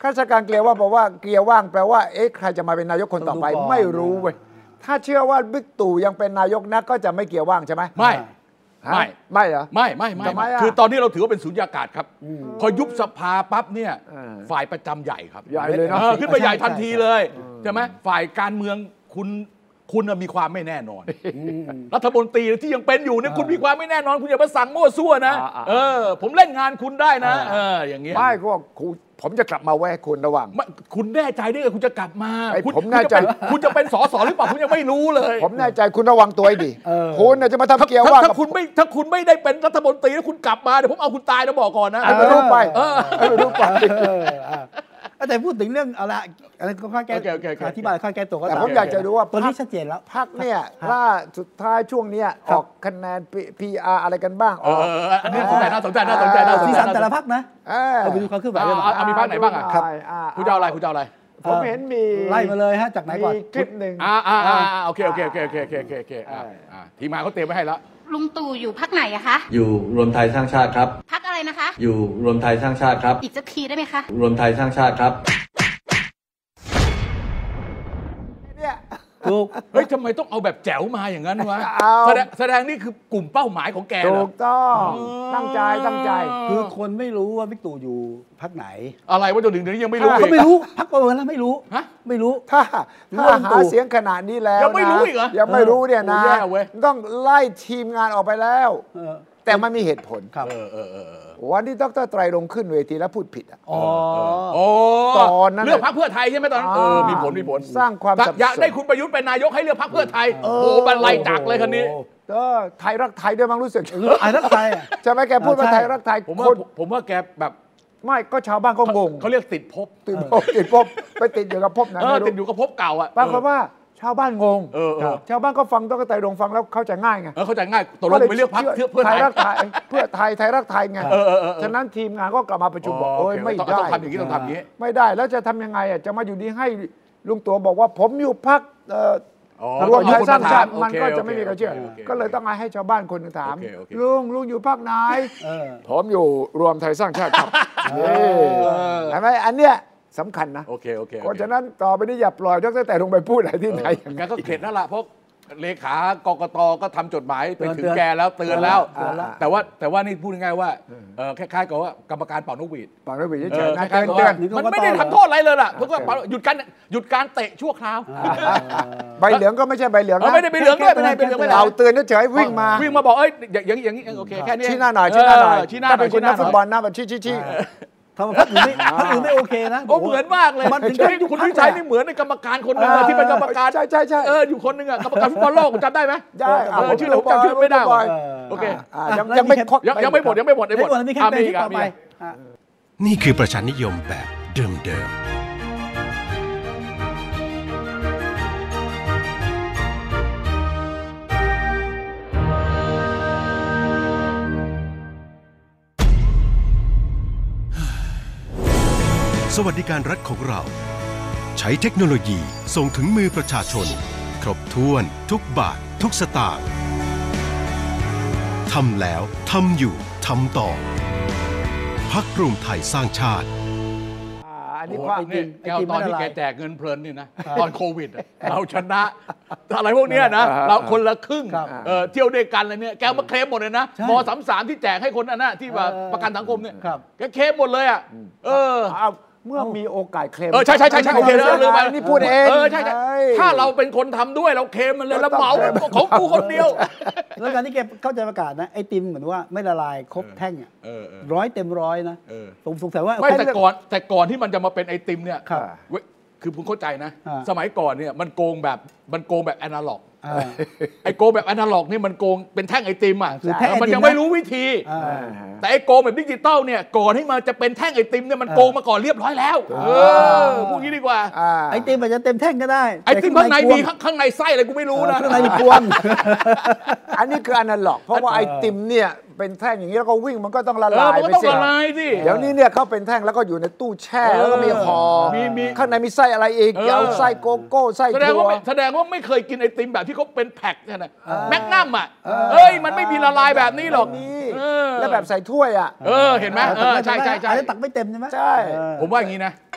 ข้าราชการเกียร์ว่างบอกว่าเกียร์ว่างแปลว่าเอ๊ะใครจะมาเป็นนายกคนต่อไปไม่รู้เว้ยถ้าเชื่อว่าบิ๊กตู่ยังเป็นนายกนะก็จะไม่เกียร์ว่างใช่ไหมไม่ไม่ไม่เหรอไม่ไม่ไม่คือตอนนี้เราถือว่าเป็นสุญญากาศครับพอยุบสภาปั๊บเนี่ยฝ่ายประจำใหญ่ครับใหญ่เลยเนาะขึ้นไปใหญ่ทันทีเลยใช่ไหมฝ่ายการเมืองคุณคุณมีความไม่แน่นอนรัฐมนตรีที่ยังเป็นอยู่เนี่ยคุณมีความไม่แน่นอนคุณอย่ามาสั่งมั่วซั่วนะเออผมเล่นงานคุณได้นะเอออย่างเงี้ยไม่ก็ผมจะกลับมาแวะคุณระหว่างคุณแน่ใจได้ไงคุณจะกลับมาผมแน่ใจคุณจะเป็นสสหรือเปล่าคุณยังไม่รู้เลยผมแน่ใจคุณระวังตัวให้ดีคุณจะมาทำเกียร์ว่างถ้าคุณไม่ถ้าคุณไม่ได้เป็นรัฐมนตรีแล้วคุณกลับมาเดี๋ยวผมเอาคุณตายนะบอกก่อนนะไม่รู้ไปไม่รู้ไปแต่พูดถึงเรื่องอะไรอะไรข้อแก้อธิบายข้อแก้ตัวก็แต่ผมอยากจะรู้ว่าตอนนี้ชัดเจนแล้วพรรคเนี่ยล่าสุดท้ายช่วงนี้ออกคะแนน พี อาร์ อะไรกันบ้างเอออันนี้สนใจน่าสนใจน่าสนใจน่าสนใจที่สามแต่ละพรรคนะเอาไปดูความคืบหน้าเอามีพรรคไหนบ้างอ่ะคุณจะเอาอะไรคุณจะเอาอะไรผมเห็นมีไล่มาเลยฮะจากไหนก่อนมีคลิปหนึ่งอ่าอ่าอ่าโอเคโอเคโอเคโอเคโอเคโอเคโอเคอ่าทีมงานเขาเตรียมไว้ให้แล้วลุงตู่อยู่พรรคไหนอะคะอยู่รวมไทยสร้างชาติครับพรรคอะไรนะคะอยู่รวมไทยสร้างชาติครับอีกสักทีได้ไหมคะรวมไทยสร้างชาติครับถูกเฮ้ยทำไมต้องเอาแบบแจ๋วมาอย่างนั้นวะแสดงแสดงนี่คือกลุ่มเป้าหมายของแกถูกต้องตั้งใจตั้งใจคือคนไม่รู้ว่าบิ๊กตู่อยู่พรรคไหนอะไรว่าจนถึงเดี๋ยวนี้ยังไม่รู้เขาไม่รู้พรรคประเมินแล้วไม่รู้ฮะไม่รู้ถ้าถ้าหาเสียงขนาดนี้แล้วยังไม่รู้อีกเหรอยังไม่รู้เนี่ยนะต้องไล่ทีมงานออกไปแล้วแต่มันมีเหตุผลครับวันที่ดร.ไตรรงค์ขึ้นเวทีแล้วพูดผิดอ่ะอ๋อตอนนั้นเลือกพรรคเพื่อไทยใช่ไหมตอนนั้นเออมีผลมีผลสร้างความอยากได้คุณประยุทธ์เป็นนายกให้เลือกพรรคเพื่อไทยโอ้บรรลัยจักเลยคันนี้เออไทยรักไทยด้วยมั้งรู้สึกไทยรักไทยใช่ไหมแกพูดว่าไทยรักไทยผมว่าผมว่าแกแบบไม่ก็ชาวบ้านก็งงเขาเรียกติดภพติดภพติดภพไปติดอยู่กับภพนั้นติดอยู่กับภพเก่าอ่ะปรากฏว่าชาวบ้านงงชาวบ้านก็ฟังดร.ไตรรงค์ฟังแล้วเข้าใจง่ายไงเข้าใจง่ายตกลงไปเลือกพรรคเพื่อไทยรักไทยเพื่อไทยไทยรักไทยไงฉะนั้นทีมงานก็กลับมาประชุมบอกเอ้ยไม่ได้ต้องทำอย่างนี้ต้องทำอย่างนี้ไม่ได้แล้วจะทำยังไงอ่ะจะมาอยู่ดีให้ลุงตู่บอกว่าผมอยู่พรรครวมไทยสร้างชาติมันก็จะไม่มีใครเชื่อก็เลยต้องให้ชาวบ้านคนนึงถามลุงลุงอยู่พรรคไหนผมอยู่รวมไทยสร้างชาติครับเห็นไหมอันเนี้ยสำคัญนะโอเคโอเคเพราะฉะนั้นต่อไปนี้อย่าปล่อยดร.แต่ลงไปพูดอะไรที่ไหนแกก็เข็ดนั่นแหละเพราะเลขากกตก็ทำจดหมายไปถึงแกแล้วเตือนแล้วแต่ว่าแต่ว่านี่พูดง่ายๆว่าคล้ายๆกับว่ากรรมการเป่านกหวีดเป่านกหวีดเฉยๆนะเตือนมันไม่ได้ทำโทษอะไรเลยล่ะเพราะว่าหยุดการหยุดการเตะชั่วคราวใบเหลืองก็ไม่ใช่ใบเหลืองไม่ได้ใบเหลืองด้วยไม่ได้ใบเหลืองไม่ได้เราเตือนเฉยๆวิ่งมาวิ่งมาบอกเอ้ยอย่างอย่างนี้โอเคแค่นี้ชี้หน้าหน่อยชี้หน้าหน่อยชี้หน้าหน่อยเป็นนักฟุตบอลหน้าแบบชี้ชี้ทำพักอื่นไม่พักอื่นไม่โอเคนะโอ้เหมือนมากเลยมันถึงที่คุณวิชัยนี่เหมือนในกรรมการคนนึงที่เป็นกรรมการใช่ใช่ใช่เอออยู่คนนึงอ่ะกรรมการฟุตบอลโลกจำได้ไหมได้ผมชื่ออะไรผมจำชื่อไม่ได้โอเคยังไม่ยังไม่หมดยังไม่หมดยังไม่หมดมีแค่เป็นที่ต่อไปนี่คือประชานิยมแบบเดิมสวัสดิการรัฐของเราใช้เทคโนโลยีส่งถึงมือประชาชนครบถ้วนทุกบาททุกสตางค์ทำแล้วทำอยู่ทำต่อพรรครวมไทยสร้างชาติอันนี้ว่าแกตอนที่แกแจกเงินเพลินนี่นะตอนโควิดเราชนะอะไรพวกนี้นะเราคนละครึ่งเที่ยวด้วยกันอะไรเนี่ยแกมาเคลมหมดเลยนะม.สามสิบสามที่แจกให้คนนั้นนะที่ประกันสังคมเนี่ยแกเคลมหมดเลยอ่ะเออเมื่อมีโอกาสเคลมเออใช่ใช่ใช่ใช่โอเคเลยเลยนี่พูดเองเออใช่ใช่ถ้าเราเป็นคนทำด้วยเราเคลมมันเลยแล้วเหมาของกูคนเดียวแล้วการที่แกเข้าใจประกาศนะไอติมเหมือนว่าไม่ละลายครบแท่งอ่ะร้อยเต็มร้อยนะผมสงสัยว่าไม่แต่ก่อนแต่ก่อนที่มันจะมาเป็นไอติมเนี่ยคือผมเข้าใจนะสมัยก่อนเนี่ยมันโกงแบบมันโกงแบบแอนาล็อกไอโกงแบบอนาล็อกนี่มันโกงเป็นแท่งไอติมอ่ะมันยังไม่รู้วิธีแต่ไอโกงแบบดิจิตอลเนี่ยก่อนให้มาจะเป็นแท่งไอติมเนี่ยมันโกงมาก่อนเรียบร้อยแล้วเออพูดงี้ดีกว่าไอติมอาจจะเต็มแท่งก็ได้ไอติมข้างในมีข้างในไส้อะไรกูไม่รู้นะข้างในมีกวงอันนี้คืออนาล็อกเพราะว่าไอติมเนี่ยเป็นแท่งอย่างนี้แล้วก็วิ่งมันก็ต้องละลายไปสิเดี๋ยวนี้เนี่ยเขาเป็นแท่งแล้วก็อยู่ในตู้แช่แล้วก็มีห่อข้างในมีไส้อะไรอีกเอาไส้โกโก้ไส้ถั่วแสดงว่าไม่เคยกินไอติมแบบที่เขาเป็นแพ็คใช่ไหมแมกนัมอ่ะเอ้ยมันไม่มีละลายแบบนี้หรอกแล้วแบบใส่ถ้วยอ่ะเออเห็นไหมเออใช่ใช่ใช่ตักไม่เต็มใช่ไหมใช่ผมว่าอย่างนี้นะ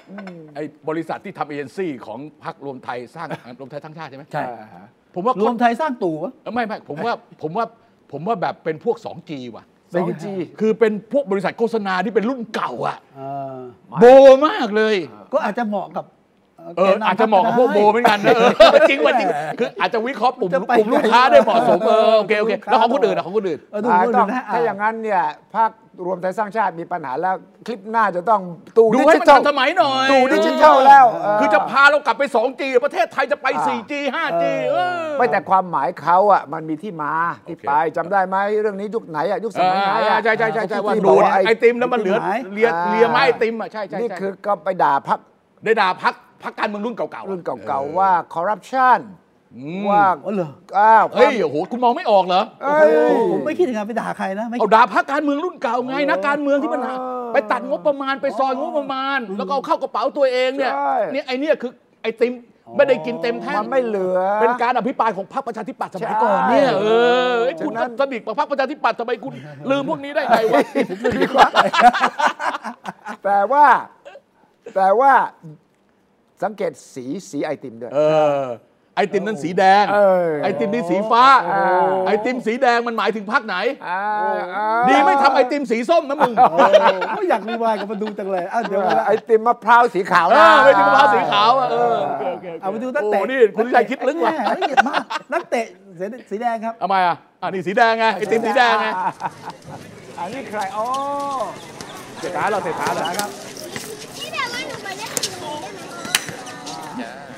ไอ้บริษัทที่ทำเอเจนซี่ของพรรครวมไทยสร้างรวมไทยทั้งชาติใช่ไหมใช่ผมว่ารวมไทยสร้างตู่วะไม่ไม่ผมว่าผมว่าผมว่าแบบเป็นพวก สองจี ว่ะสองจีคือเป็นพวกบริษัทโฆษณาที่เป็นรุ่นเก่าอ่ะเออโบมากเลยก็อาจจะเหมาะกับเอออาจจะเหมาะกับพวกโบเหมือนกันนะเออจริงว่าจริงคืออาจจะวิเคราะห์กลุ่มจะไปกลุ่มลูกค้าได้เหมาะสมเออโอเคโอเคลูกค้าแล้วของคนอื่นอะของคนอื่นเออดูอ่าดูต้องนะถ้าอย่างนั้นเนี่ยภาครวมไทยสร้างชาติมีปัญหาแล้วคลิปหน้าจะต้องตู่ดูดิให้จิมันทัลทันสมัยหน่อยตู่ดิจิทัลแล้วเคือจะพาเรากลับไป สองจี ประเทศไทยจะไป สี่จี ห้าจี เออไม่แต่ความหมายเขาอ่ะมันมีที่มาที่โอเคไปจำได้ไหมเรื่องนี้ยุคไหนอ่ะยุคสมัยไหนอ่ะใช่ใช่ใช่ใช่ว่าที่ดูบดกว่าไอติมแล้วมันเหลือเลียเลียไม้ไอติมอ่ะใช่ใช่นี่ใช่คือก็ไปด่าพรรคได้ด่าพักพักการเมืองรุ่นเก่าๆรุ่นเก่าๆว่าคอร์รัปชันว่าว่าอ๋อเหรออ้าวเฮ้ยโอ้โหคุณมองไม่ออกเหรอเอ้ยผมผมไม่คิดถึงการไปด่าใครนะไม่เอาด่าพักการเมืองรุ่นเก่าไงนะการเมืองที่มันหาเออไปตัดงบประมาณไปซอยงบประมาณ แล้วก็เอาเข้ากระเป๋าตัวเองเนี่ยใช่เนี่ยไอเนี่ยคือไอติมไม่ได้กินเต็มแท่งมันไม่เหลือเป็นการอภิปรายของพรรคประชาธิปัตย์สมัยก่อนใช่เนี่ยเออไอ้คุณฉะนั้นสนิทกับพรรคประชาธิปัตย์ทำไมคุณลืมพวกนี้ได้ไงวะแต่ว่าแต่ว่าสังเกตสีสีไอติมด้วยเออไอติมนั้นสีแดงเออไอติมนี่สีฟ้าเออไอติมสีแดงมันหมายถึงพรรคไหนอ่าอ่าดีไม่ทำไอติมสีส้มนะมึงโอ้ก็อยากรีวายกับมาดูจังเลยอ่ะเดี๋ยวเวลาไอติมมะพร้าวสีขาวเอนะอไอติมมะพร้าวสีขาวอะเออโอเคโอเคโอเคเอาไปดูนักเตะโอ้นี่คุณชัยคิดลึกว่ะแหม่ละเอียดมากนักเตะสีสีแดงครับทำไมอ่ะอ่ะนี่สีแดงไงไอติมสีแดงไงอันนี้ใครโอ้เตะขาเราเตะขาเราครับพี่แบบว่าหนูมาเล่นสีนี้ได้ไหม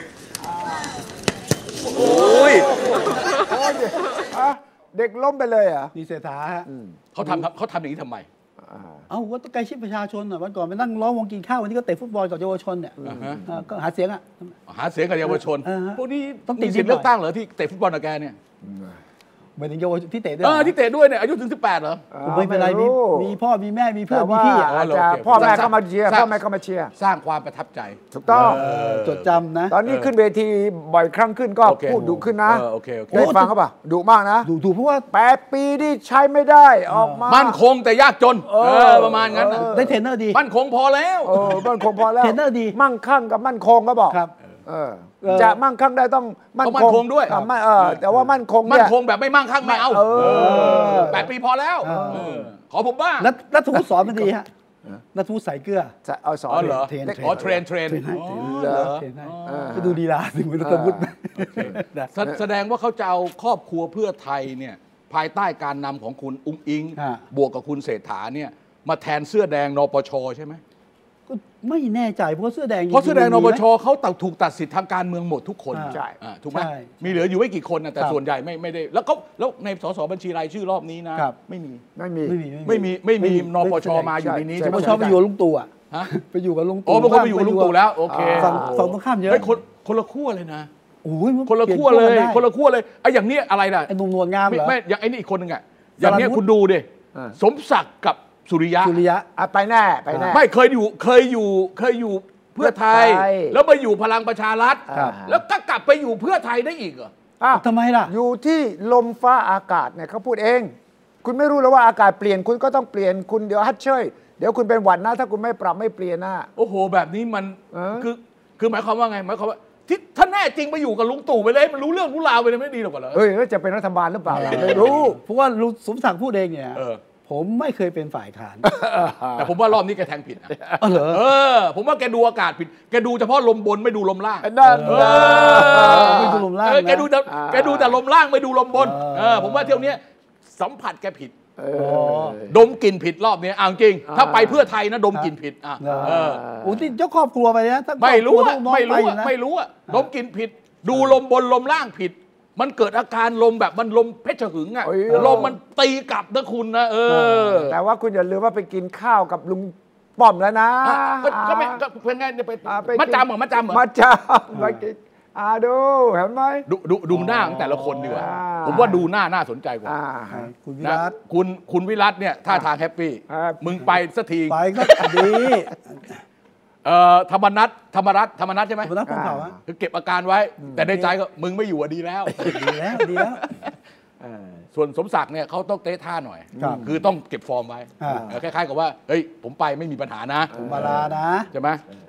โอ้ยโอ้ยอ่ะเด็กล้มไปเลยเหรอ่ะนี่เศรษฐาฮะเขาทำเขาทำอย่างนี้ทำไมเอ้าก็ต้องใกล้ชิดประชาชนหน่อยวันก่อนไปนั่งล้อมวงกินข้าววันนี้ก็เตะฟุตบอลกับเยาวชนเนี่ยอ่าฮะเออก็หาเสียงอ่ะหาเสียงกับเยาวชนเออฮะพวกนี้ต้องติมีดสิทธิ์นิดหน่อยเลือกตั้งเหรอที่เตะฟุตบอลกับแกเนี่ยเหมือนถึงเยาวชนที่เตะด้วยเออที่เตะด้วยเนี่ยอายุถึงสิบแปดเหรอผมไม่เป็นไรมีมีพ่อมีแม่มีเพื่อแต่นมีว่าพี่อ่ะอาจจะโอเคพ่อแม่เข้ามาเชียร์สร้างพ่อแม่เข้ามาเชียร์สร้างความประทับใจถูกต้องจดจำนะตอนนี้ขึ้นเวทีบ่อยครั้งขึ้นก็โอเคพูดดุขึ้นนะเออโอเคโอเคได้ฟังเขาป่ะดุมากนะดูดูเพราะว่าแปดปีที่ใช้ไม่ได้ออกมามั่นคงแต่ยากจนเออเออประมาณนั้นน่ะได้เทรนเนอร์ดีมั่นคงพอแล้วเออมั่นคงพอแล้วเทรนเนอร์ดีมั่งคั่งกับมั่นคงก็บอกครับเออเออจะมั่งคั่งได้ต้องมั่นต้องมั่นคงด้วยอ่ะไม่เออแต่ว่ามั่นคงมั่เนี่นยคงแบบไม่มั่งคั่งไม่เอาเออแปดปีพอแล้วเออเออขอผมบ้างนัทนัทวุฒิสอนมันดีฮะนัทวุฒิใส่เกลือจะเอาสอนอ๋อเหรอเทรนอ๋อเทรนเทรนเทรนให้อ๋อเทรนเหรอเทรนให้ไปดูดีลาถึงมันนัทวุฒินะแสแสดงว่าเขาจะเอาครอบครัวเพื่อไทยเนี่ยภายใต้การนำของคุณอุ้งอิงฮะบวกกับคุณเศรษฐาเนี่ยมาแทนเสื้อแดงนปชใช่ไหมก็ไม่แน่ใจเพราะเสื้อแดงเพราะเสื้อแดงนมีปไหมชเขาตัดถูกตัดสิทธิ์ทางการเมืองหมดทุกคนอ่าใช่อ่าถูกไหมใช่มีเหลืออยู่ไม่กี่คนนะแต่ครับส่วนใหญ่ไม่ไม่ได้ แล้วก็แล้วในสสบัญชีรายชื่อรอบนี้นะครับ ไม่มีไม่มีไม่มีไม่มีไม่มีนปชมาอยู่ในนี้ใช่ใช่นไหมปชไปอยู่กับลุงตู่อ่ะฮะไปอยู่กับลุงตู่โอ้บางคนไปอยู่กับลุงตู่แล้วโอเคฝั่งฝั่งตรงข้ามเยอะเฮ้ยคนคนละขั้วเลยนะโอ้ยมัคนละปยขั้วเลยได้คนละขั้วเลยไอ้อย่างเนี้ยอะไรล่ะไอ้หนุ่มนวลงามไม่เหรอไม่อย่างไอ้นี่อีกคนหนึ่งอ่ะอย่างเนี้ยสราวุธคุณดูดิอ่าสมศักดิ์กับสุริยะสุริยะอ่ะไปแน่ไปแน่ไม่เคยอยู่เคยอยู่เคยอยู่เพื่อไทยเพื่อไทยแล้วมาอยู่พลังประชารัฐครับแล้วก็กลับไปอยู่เพื่อไทยได้อีกเหรออ้าวทำไมล่ะอยู่ที่ลมฟ้าอากาศเนี่ยเขาพูดเอง คุณไม่รู้แล้วว่าอากาศเปลี่ยนคุณก็ต้องเปลี่ยนคุณเดี๋ยวฮัทเชยเดี๋ยวคุณเป็นหวัดนะถ้าคุณไม่ปรับไม่เปลี่ยนนะโอ้โห แบบนี้มันเออคือคือหมายความว่าไงหมายความว่าที่ถ้าแน่จริงไปอยู่กับลุงตู่ไปเลยมันรู้เรื่องรู้ราวไปเลยไม่ดีหรอกเหรอเฮ้ยแล้วจะเป็นรัฐบาลหรือเปล่าล่ะไม่รู้เพราะว่าลุงสมศักดิ์พูดเองเนี่ยเออผมไม่เคยเป็นฝ่ายค้านแต่ผมว่ารอบนี้แกแทงผิดนะอ๋อเหรอเออ ผมว่าแกดูอากาศผิดแกดูเฉพาะลมบนไม่ดูลมล่างนั่นเอนะอไม่ดูลมล่างเออแกดูแต่อ่าแกดูแต่ลมล่างไม่ดูลมบนเออเออผมว่าเที่ยวเนี้ยสัมผัสแกผิดเออ๋ออดมกลิ่นผิดรอบนี้อ่ะจริง ถ้าไปเพื่อไทยนะดมกลิ่นผิดอ่ะเหรอเออโอ้ที่เจ้าครอบครัวไปนะถ้าไม่รู้คอ่ะอบควไม่ต้องน้องรู้ปอ่ะนะไม่รู้อ่ะดมกลิ่นผิด ดูลมบนลมล่างผิด มันเกิดอาการลมแบบมันลมเพชรหึงอ่ะโอ้ยลมมันตีกลับนะคุณนะเออแต่ว่าคุณอย่าลืมว่าไปกินข้าวกับลุงป้อมแล้วนะอ่ะก็ก็ไม่ก็เป็นไงเนี่ยไปอ่าไปมาจำเหรอมาจำเหรอมาจำมากินอ่าดูเห็นไหมดูดูดูหน้าของแต่ละคนดีกว่าอ่าผมว่าดูหน้าน่าสนใจกว่าอ่าคุณวินะรัตคุณคุณวิรัตเนี่ยท่าทางแฮปปี้ครับมึงไปสักทีไปก็ดีเอ่อธรรมนัทธรรมรัฐธรรมนัทใช่ไหมผมรักของเขาอะคือเก็บอาการไว้ แต่ในใจก็มึงไม่อยู่อะดีแล้วดีแล้วดีแล้วส่วนสมศักดิ์เนี่ยเขาต้องเตะท่าหน่อยครับคือต้องเก็บฟอร์มไว้อ่าเออคล้ายๆกับว่าเฮ้ยผมไปไม่มีปัญหานะผมมาลานะใช่ไหม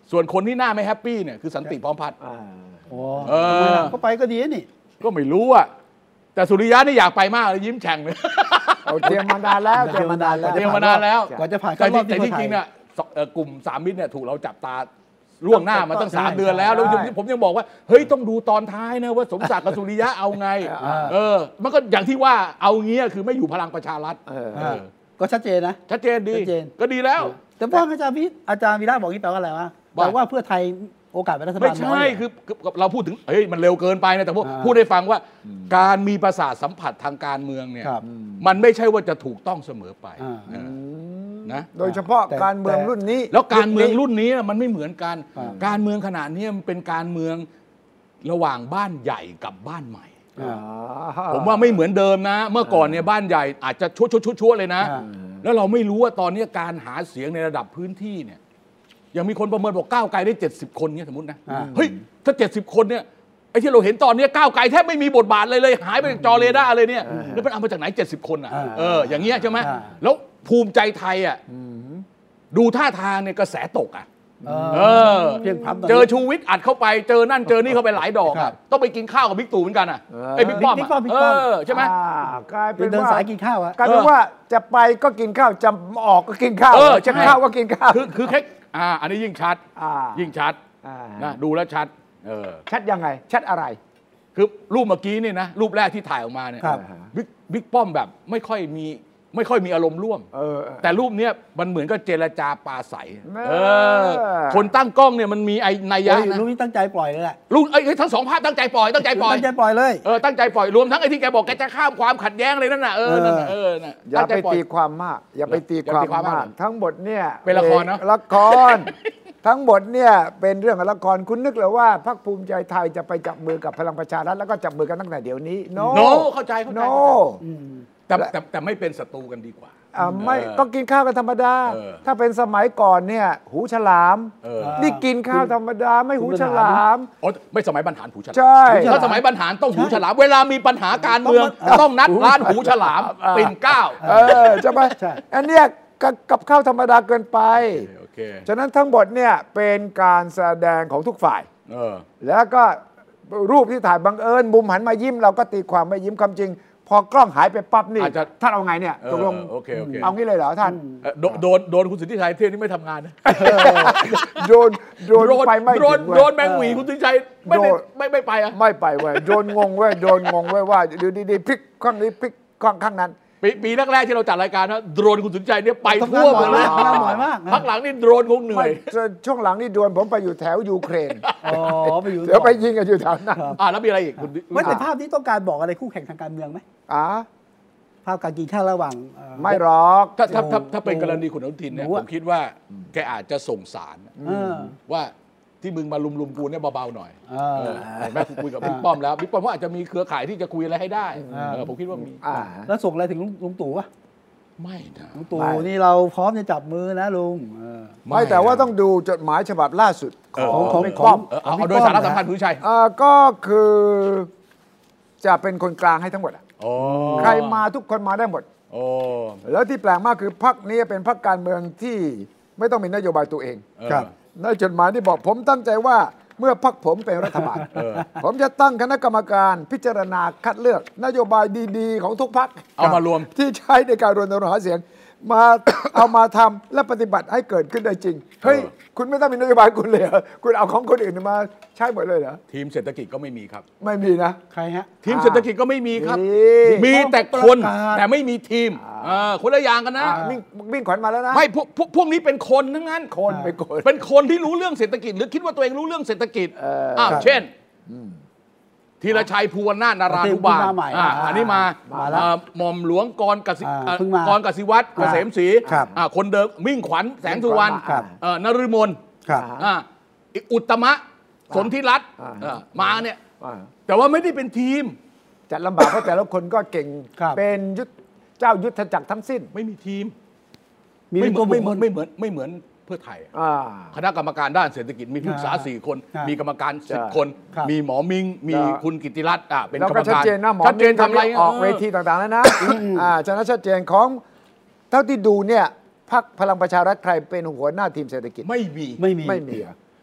ส่วนคนที่หน้าไม่แฮปปี้เนี่ยคือสันติพร้อมพัฒน์โอ้เออก็ไปก็ดีนี่ก็ไม่รู้อะแต่สุริยะนี่อยากไปมากเลยยิ้มแฉ่งเลยเอาเตรียมมานานแล้วเตรียมมานานแล้วเตรียมมานานแล้วกว่าจะผ่านแต่เข้ารที่อบแต่ที่จริงเนี่ยเอ่อกลุ่มสามมิตรเนี่ยถูกเราจับตาล่วงหน้ามาตั้งสามเดือนแล้วแล้วผมยังบอกว่าเฮ้ยต้องดูตอนท้ายนะว่าสมศักดิ์กับสุริยะเอาไงเออมันก็อย่างที่ว่าเอาเงี้ยคือไม่อยู่พลังประชารัฐเอออ่าก็ชัดเจนนะชัดเจนดีชัดเจนก็ดีแล้วแต่ว่าอาจารย์วิอาจารย์วีระบอกนี่แปลว่าอะไรวะแปลว่าเพื่อไทยโอกาสเป็นรัฐบาลไม่ใช่น้อยคือคือเราพูดถึงเฮ้ยมันเร็วเกินไปนะแต่พวกอ่าพูดให้ฟังว่าการมีประสาทสัมผัสทางการเมืองเนี่ยครับมันไม่ใช่ว่าจะถูกต้องเสมอไปอ่าเออนะโดยเฉพาะแต่การเมืองรุ่นนี้แล้วการเมืองรุ่นนี้มันไม่เหมือนกันอ่าการเมืองขนาดนี้มันเป็นการเมืองระหว่างบ้านใหญ่กับบ้านใหม่อ่าผมว่าไม่เหมือนเดิมนะ เมื่อก่อนเนี่ยบ้านใหญ่อาจจะชั่วชั่วชั่วชั่วเลยนะอ่าแล้วเราไม่รู้ว่าตอนนี้การหาเสียงในระดับพื้นที่เนี่ยยังมีคนประเมินบอกก้าวไกลได้เจ็ดสิบคนเนี่ยสมมตินะอ่าเฮ้ยถ้าเจ็ดสิบคนเนี่ยไอ้ที่เราเห็นตอนนี้ก้าวไกลแทบไม่มีบทบาทเลยเลยหายไปจากจอเรดาร์เลยเนี่ยแล้วมันเอามาจากไหนเจ็ดสิบคนอ่ะอ่าเอออย่างเงี้ยใช่ไหมอ่าแล้วภูมิใจไทยอ่ะดูท่าทางเนี่ยกระแสตกอ่ะเอเอออเพียงพร้ำตนเจนี้อชูวิทย์อัดเข้าไปเจอนั่นเจอนี่เข้าไปหลายดอกครัอ่ะบต้องไปกินข้าวกับบิ๊กตู่เหมือนกันอ่ะเออไอ้บิ๊กป้อมบิ๊กป้อมบิ๊กเอป้อมอใช่ไหมอ่ากลายเป็เป็น นเดินว่าสายกินข้าวอะกลายเป็นว่าจะไปก็กินข้าวจะออกก็กินข้าวเออจะใช่เข้าก็กินข้าวคือคือแค่อ่าอันนี้ยิ่งชัดอ่ายิ่งชัดอ่านะดูแล้วชัดเออชัดยังไง ชัดอะไรคือรูปเมื่อกี้นี่นะรูปแรกที่ถ่ายออกมาเนี่ยครับบิ๊กบิ๊กป้อมแบบไม่ค่อยมีไม่ค่อยมีอารมณ์ร่วมเออแต่รูปเนี้ยมันเหมือนกับเจรจาปาใสแม่เออคนตั้งกล้องเนี่ยมันมีไอ้นัยยะเฮ้ยนะลูกนี่ตั้งใจปล่อยเลยแหละลูกเอ้ยเอ้ยทั้งสองภาพตั้งใจปล่อยตั้งใจปล่อยตั้งใจปล่อยเลยเออตั้งใจปล่อยรวมทั้งไอ้ที่แกบอกแกจะข้ามความขัดแย้งเลยนั่นน่ะเออนั่นน่ะเออน่ะอย่าตั้งใจไปปล่อยตีความมาก อย่าไปตีความอย่าไปตีความมามาก ก ทั้งหมดเนี่ยเป็นละครเนอะละคร ทั้งหมดเนี่ยเป็นเรื่องของละครคุณนึกเหรือว่าพรรคภูมิใจไทยจะไปจับมือกับพลังประชารัฐแล้วก็จับมือกันตั้งแต่เดี๋ยวนี้ no โนเข้าใจเข้าใจ no แต่แต่แต่ไม่เป็นศัตรูกันดีกว่าอ่าไม่เออก็กินข้าวกันธรรมดาเออถ้าเป็นสมัยก่อนเนี่ยหูฉลามเออนี่กินข้าวธรรมดาไม่หูฉลามอ๋อไม่สมัยบรรหารหูฉลามใช่ถ้าสมัยบรรหารต้องหูฉลาม เวลามีปัญหาการเมือง ต้องนัดร้านหูฉลามปิ่นเกล้าเออใช่ไหมใช่อันเนี้ยกับกับข้าวธรรมดาเกินไปโอเคฉะนั้นทั้งหมดเนี่ยเป็นการแสดงของทุกฝ่ายเออแล้วก็รูปที่ถ่ายบังเอิญมุมหันมายิ้มเราก็ตีความไม่ยิ้มความจริง พอกล้องหายไปปั๊บนี่อาจจะท่านเอาไงเนี่ยเออตกลงโอเคโอเคเอางี้เลยเหรอท่านเอ่อโดโดนโดนคุณสิทธิชัยเที่ยวนี้ไม่ทำงานนะโดนโดนไปไม่โดถึนงเว้ยโดนแมงหวีคุณสิทธิชัยไม่ได้โดนไม่ไม่ไปอ่ะไม่ไปเว้ยโดนงงเว้ยโดนงงเว้ยว่าดูดีๆพลิกข้างนี้พลิกข้างข้างนั้นปีปีแรกๆที่เราจัดรายการนะโดรนคุณสิทธิชัยเนี่ยไปทำงานทั่วหมดเลยบ่อยมากทำงานบ่อยมากนะพักหลังนี่โดรนคงเหนื่ไม่อยช่วงหลังนี่ดวนผมไปอยู่แถวยูเครนอ๋อไปอยู่เดี๋ยวไปยิงกันอยู่แถวนั้นอ่าแล้วมีอะไรอีกคุณไม่แต่ภาพนี้ต้องการบอกอะไรคู่แข่งทางการเมืองไหมอ่าภาพการกินข้าวระหว่างเอ่อไม่หรอกถ้าถ้าถ้าโอ้ถ้าเป็นกรณีคุณอนุทินเนี่ยหนูผอะมคิดว่าแกอาจจะส่งสารเออว่าที่มึงมาลุมๆกูเนี่ยเบาๆหน่อยเออเออเห็นไหมคุยกับบิ๊กป้อมแล้วบิ๊กป้อมว่าอาจจะมีเครือข่ายที่จะคุยอะไรให้ได้อ่าเออผมคิดว่ามีอ่าแล้วส่งอะไรถึงลุงลุงตู่วะไม่นะลุงตู่ไม่นี่เราพร้อมจะจับมือนะลุงเออไม่แต่ว่าต้องดูจดหมายฉบับล่าสุดเออของของบิ๊กของป้อมเออเอาเอาโดยสาระสำคัญคุณชัยอ่าก็คือจะเป็นคนกลางให้ทั้งหมดอะโอ้ใครมาทุกคนมาได้หมดโอ้แล้วที่แปลกมากคือพรรคนี้เป็นพรรคการเมืองที่ไม่ต้องมีนโยบายตัวเองเออครับในจดหมายที่บอกผมตั้งใจว่าเมื่อพรรคผมเป็นรัฐบาลเออผมจะตั้งคณะกรรมการพิจารณาคัดเลือกนโยบายดีๆ ของทุกพรรคเอามารวมที่ใช้ในการรณรงค์หาเสียงมา เอามาทำและปฏิบัติให้เกิดขึ้นได้จริงเฮ้ยคุณไม่ต้องมีนโยบายคุณเลยเหรอคุณเอาของคนอื่นมาใช้หมดเลยเหรอทีมเศรษฐกิจก็ไม่มีครับไม่มีนะใครฮะทีมเศรษฐกิจก็ไม่มีครับมีมีแต่คนประกาศแต่ไม่มีทีมเออคนละอย่างกันนะอ่ามิ่งมิ่งขวัญมาแล้วนะไม่พวกพวกพวกนี้เป็นคนทั้งนั้นคนไปคนเป็นคนที่รู้เรื่องเศรษฐกิจหรือคิดว่าตัวเองรู้เรื่องเศรษฐกิจเอออ้าวครับเช่นธีรชัยภูวนาถนารานุบาลที่มาใหม่อ่าอ่าอันนี้มามาแล้วอ่าหม่อมหลวงกรกสิอ่าอ่าเพิ่งมากรกสิวัตรเกษมศรีครับอ่าคนเดิมมิ่งขวัญแสงสุวรรณครับเอ่อนฤมลครับอ่าอุตตมะสนธิรัตน์อ่าเออมาเนี่ยอ่าแต่ว่าไม่ได้เป็นทีมจัดลำบากเพราะแต่ละคนก็เก่งครับเป็นยุทธเจ้ายุทธจักรทั้งสิ้นไม่มีทีมมีไม่เป็นเหมืตัอวน บุไม่คเหมืคอนลไม่เหมือนไม่เหมือนเพื่อไทยอะอ่าคณะกรรมการด้านเศรษฐกิจมีที่ปรึกษาอ่าสี่คนครับมีกรรมการสิบใช่คนครับมีหมอมิงมีแล้วคุณกิติรัตน์อ่ะเป็นแล้วกรรก็มชัดการเจนนะหมอชัดเจนทำอะไรออกเวทีต่างๆแล้วนะอ่าฉะนั้นชัดเจนของเท่าที่ดูเนี่ยพรรคพลังประชารัฐใครเป็นหัวหน้าทีมเศรษฐกิจไม่มีไม่มีไม่มีอะ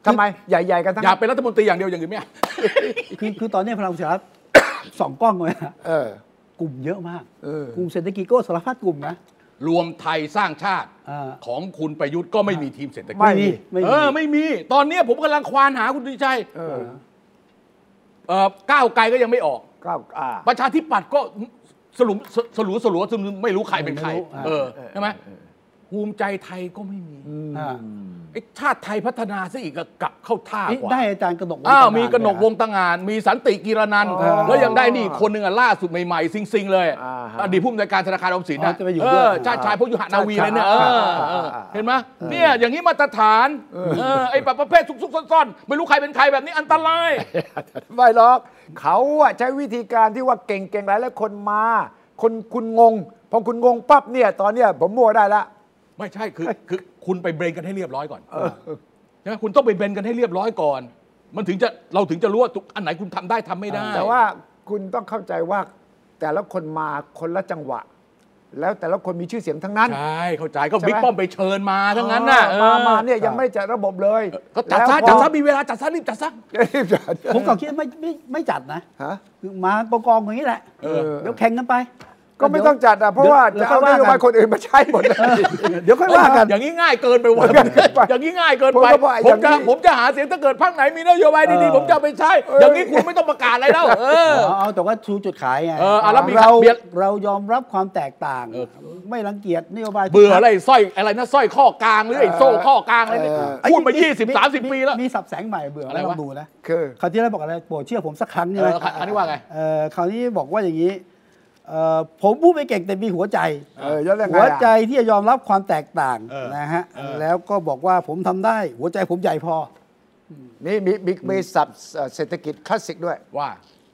ทำไมใหญ่ๆกันทั้งอยากเป็นรัฐมนตรีอย่างเดียวอย่างอื่นไม่เอาคือคือตอนนี้พลังประชารัฐ สองกล้องเลยนะเออกลุ่มเยอะมากเออกลุ่มเศรษฐกิจก็สารพัดกลุ่มนะรวมไทยสร้างชาติอ่าของคุณประยุทธ์ก็ไม่มีทีมเศรษฐกิจไม่มีไม่เอมีอไม่มี ตอนนี้ผมกำลังควานหาคุณดุชัยเออเอ่อก้าวไกลก็ยังไม่ออกก้าวอ่าประชาธิปัตย์ก็สรุปสรุปสรุปไม่รู้ใครเป็นใคร เออใช่ไหมภูมิใจไทยก็ไม่มีอ่าไอ้ชาติไทยพัฒนาซะอีกก็กลับเข้าท่านี่กว่าได้อาจารย์กนกวงศ์อ้าวตะมีกนกวงศ์ศ์ตะงาน มีสันติกีรนันท์อ๋อแล้วยังได้นี่คนหนึ่งอ่ะล่าสุดใหม่ๆซิงๆเลยอ่าฮะอดีตผู้อำนวยการธนาคารออมสินอ๋อนะจะไปอยู่เอด้วยอชาติชายพวกยุหนาวีเลยเนี่ยเออเออเห็นไหมเนี่ยอย่างนี้มาตรฐานเออไอ้แบบประเภทซุกๆซ่อนๆไม่รู้ใครเป็นใครแบบนี้อันตรายไม่หรอกเขาอะใช้วิธีการที่ว่าเก่งๆหลายแล้วคนมา คนคุณงงพอคุณงงปั๊บเนี่ยตอนเนี้ยผมมั่วได้ละไม่ใช่คือคือคุณไปเบรนกันให้เรียบร้อยก่อนใช่ไหมคุณต้องไปเบรนกันให้เรียบร้อยก่อน มันถึงจะเราถึงจะรู้ว่าอันไหนคุณทำได้ทำไม่ได้แต่ว่าคุณต้องเข้าใจว่าแต่ละคนมาคนละจังหวะ แล้วแต่ละคนมีชื่อเสียงทั้งนั้นใช่เข้าใจก็ใช่ไหมบิ๊กป้อมไปเชิญมาทั้งนั้นน่ะเออมาเออมาเนี่ยยังไม่จัดระบบเลยก็จัดซะแล้วพอจัดซะมีเวลาจัดซะรีบจัดซะรีบจัดผมก็คิดว่าไม่ไม่ไม่จัดนะฮะคือมากองกองอย่างนี้แหละเออเดี๋ยวแข่งกันไปก็ไม่ต้องจัดอ่ะเพราะว่าเดี๋จะยวเอาค่อยนว่ากันโยบายคนอื่นมาใช้หมดเลยเดี๋ยวค่อยว่ากันอย่างนี้ง่ายเกินไปว่ะอย่างนี้ไปอย่างนี้ง่ายเกินผมไปก็ว่าผอย่าม งนี้จะผมจะหาเสียงถ้าเกิดพรรคไหนมีนโยบายดีๆผมจะเอาไปใช้ อย่างนี้คุณไม่ต้องประกาศอะไรแล้วเออเอาเอาแต่ว่าชูจุดขายไงเอออ่ะแล้วมีเราเบียดเรายอมรับความแตกต่างเออไม่รังเกียจนโยบายทุกเบื่ออะไรพคสร้อยอะไรนะสร้อยข้อกลางหรือไอ้โซ่ข้อกลางอะไรเนี่ยเออพูดมายี่สิบสามสิบปีแล้วมีสับแสงใหม่เบื่ออะไรไม่วะต้องดูนะคือคราวที่แล้วบอกอะไรโปรดเชื่อผมสักครั้งเอใช่ไหมออันนี้ว่าไงเออคราวนี้บอกว่าอย่างนี้เอ่อผมพูดไม่เก่งแต่มีหัวใจเออแล้วยังไงหัวอ่ะใจที่จะยอมรับความแตกต่างเออนะฮะเออแล้วก็บอกว่าผมทำได้หัวใจผมใหญ่พอนี่มีมีมีศัพท์เศรษฐกิจคลาสสิกด้วยว่า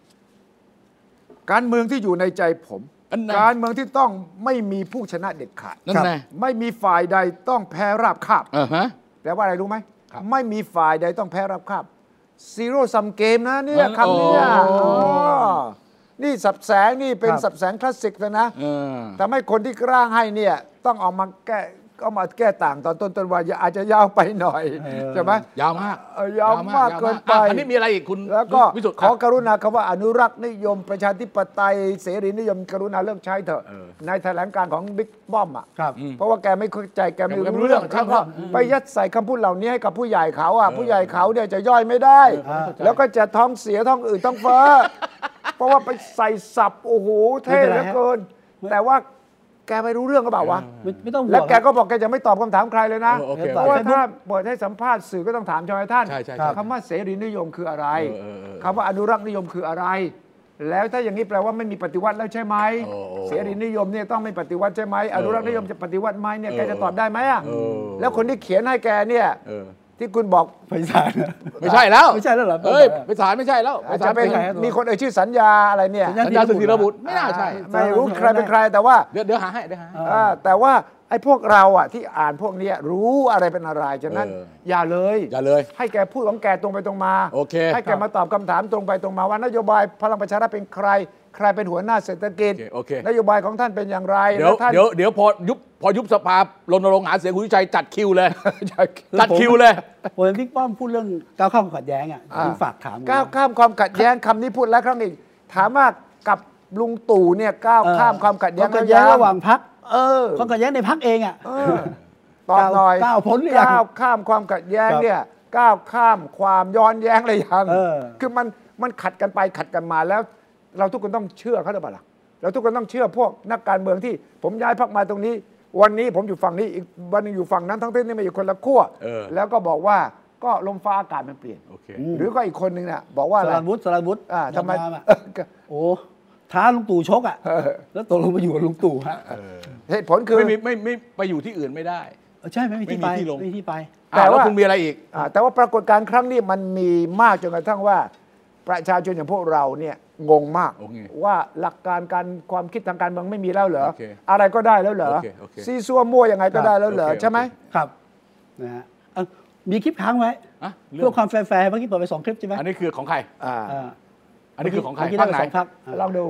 การเมืองที่อยู่ในใจผมอันไหนการเมืองที่ต้องไม่มีผู้ชนะเด็ดขาดนั่นไงไม่มีฝ่ายใดต้องแพ้ราบคาบเออฮะแปลว่าอะไรรู้ไหมครับไม่มีฝ่ายใดต้องแพ้ราบคาบซีโร่ซัมเกมนะเนี่ยคำเนี้ยโอ้อ๋อนี่สับแสงนี่เป็นครับสับแสงคลาสสิกเลยนะเออทำให้คนที่ร่างให้เนี่ยต้องเอามาแก้ก็มาแก้ต่างตอนต้นต้นว่าอาจจะยาวไปหน่อยเออใช่ไหมยาวมากเออยาวมากเกินไปอ่ะอันนี้มีอะไรอีกคุณแล้วก็วิสุทธิ์ขอกรุณาคำว่าอนุรักษ์นิยมประชาธิปไตยเสรีนิยมกรุณาเลิกใช้เถอะเออในแถลงการณ์ของบิ๊กป้อมอ่ะครับเพราะว่าแกไม่เข้าใจแกไม่แกไม่รู้รู้เรื่องเรื่องเขาก็อืมไปยัดใส่คำพูดเหล่านี้ให้กับผู้ใหญ่เขาอ่ะผู้ใหญ่เขาเนี่ยจะย่อยไม่ได้เออเข้าใจแล้วก็จะท้องเสียท้องอืดท้องเฟ้อ เพราะว่าไปใส่สับโอ้โหเท่เหลือเกิน แต่ว่าแกไม่รู้เรื่องก็เปล่าวะไม่ไม่ต้องห่วงแล้วแกก็บอกแกจะไม่ตอบคำถามใครเลยนะเออโอเคเพราะว่าถ้าเปิดให้สัมภาษณ์สื่อก็ต้องถามใช่ไหมท่านใช่ใช่ใช่คำว่าเสรีนิยมคืออะไรเออเออเออคำว่าอนุรักษ์นิยมคืออะไร แล้วถ้าอย่างนี้แปลว่าไม่มีปฏิวัติแล้วใช่ไหมโอ้โอ้เสรีนิยมเนี่ยต้องไม่ปฏิวัติใช่ไหมอนุรักษ์นิยมจะปฏิวัติไหมเนี่ยเออแกจะตอบได้ไหมอ่ะเออแล้วคนที่เขียนให้แกเนี่ยเออที่คุณบอกไพศาลไม่ใช่แล้วไม่ใช่แล้วเหรอเฮ้ยไปศาลไม่ใช่แล้วไปอาจศาจะลเป็นเป็นใครครับมีคนเอ่ยชื่อสัญญาอะไรเนี่ยสัญญาสัญญาสุธีระบุตรไม่น่าใช่ไม่รู้ใครเป็นใครแต่ว่าเดี๋ยวเดี๋ยวหาให้เดี๋ยวหาให้อ่าแต่ว่าไอ้พวกเราอ่ะที่อ่านพวกเนี้ยรู้อะไรเป็นอะไรฉะนั้นเอออย่าเลยอย่าเลยให้แกพูดของแกตรงไปตรงมาโอเคให้แกมาตอบคำถามตรงไปตรงมาว่านโยบายพลังประชารัฐเป็นใคร ใครเป็นหัวหน้าเศรษฐกิจโอเคโอเคนโยบายของท่านเป็นอย่างไรเดี๋ยวแล้ท่านเดี๋ยวเดี๋ยวพอยุบพอยุบสภารณรงค์หาเสียงคุณวิชัยจัดคิวเลยจัดจัดคิวเลยผมเห็นบิ๊กป้อมพูดเรื่องก้าวข้ามความขัดแย้งอ่ะอ่าผมฝากถามก้าวข้ามความขัดแย้งคำนี้พูดแล้วครั้งอีกถามว่ากับลุงตู่เนี่ยก้าวข้ามความขัดแย้งความขัดแย้งระหว่างพรรคเออความขัดแย้งในพรรคเองอ่ะเออตอบหน่อยก้าวพ้นหรือยังก้าวข้ามความขัดแย้งครับเนี่ยก้าวข้ามความย้อนแย้งอะไรยังเออคือมันมันขัดกันไปขัดกันมาแล้ว เราทุกคนต้องเชื่อเขาหรือเปล่าล่ะเราทุกคนต้องเชื่อพวกนักการเมืองที่ผมย้ายพรรคมาตรงนี้ วันนี้ผมอยู่ฝั่งนี้อีกวันหนึงอยู่ฝั่งนั้นทั้งที่นี่มาอยู่คนละขั้วเออแล้วก็บอกว่าก็ลมฟ้าอากาศมันเปลี่ยนโอเคหรือก็อีกคนหนึ่งเนี่ยบอกว่าสอะไรรันวุฒิสรันวุฒิอ่าทำไมยออะเออโอ้ท้าลุงตู่ชกอ่ะเออแล้วตกลงมาอยู่กับลุงตู่ฮะเหตุผลคือไม่มีไม่ไม่ไปอยู่ที่อื่นไม่ได้เออใช่ไหมมีที่ไปไม่มีที่ลงไม่มีที่ไปแต่แต่ว่าว่าคุณมีอะไรอีกอ่าแต่ว่าปรากฏการณ์ครั้งนี้มันมีมากจนกระทั่งว่า ประชาชนอย่างพวกเราเนี่ยงงมากโอเคว่าหลักการการความคิดทางการเมืองไม่มีแล้วเหรอโอเคอะไรก็ได้แล้วเหรอโอเคโอเคซีซัวมั่วยังไงก็ได้แล้วเหรอโอเคใช่ไหมครับนะฮะเอ้ามีคลิปค้างไว้อ่ะเรื่เพื่ออง ความแฟร์ๆเมื่อกี้เปิดไปสองคลิปใช่ไหมอันนี้คือของใครอ่าอ่าอันนี้คือของใครเมื่กี้ภาคไหนด้ปสองพักอ่าลองดู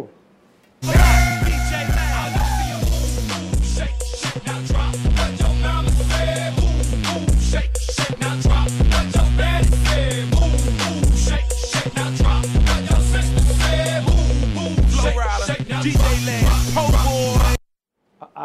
Shake, shake, now drop what your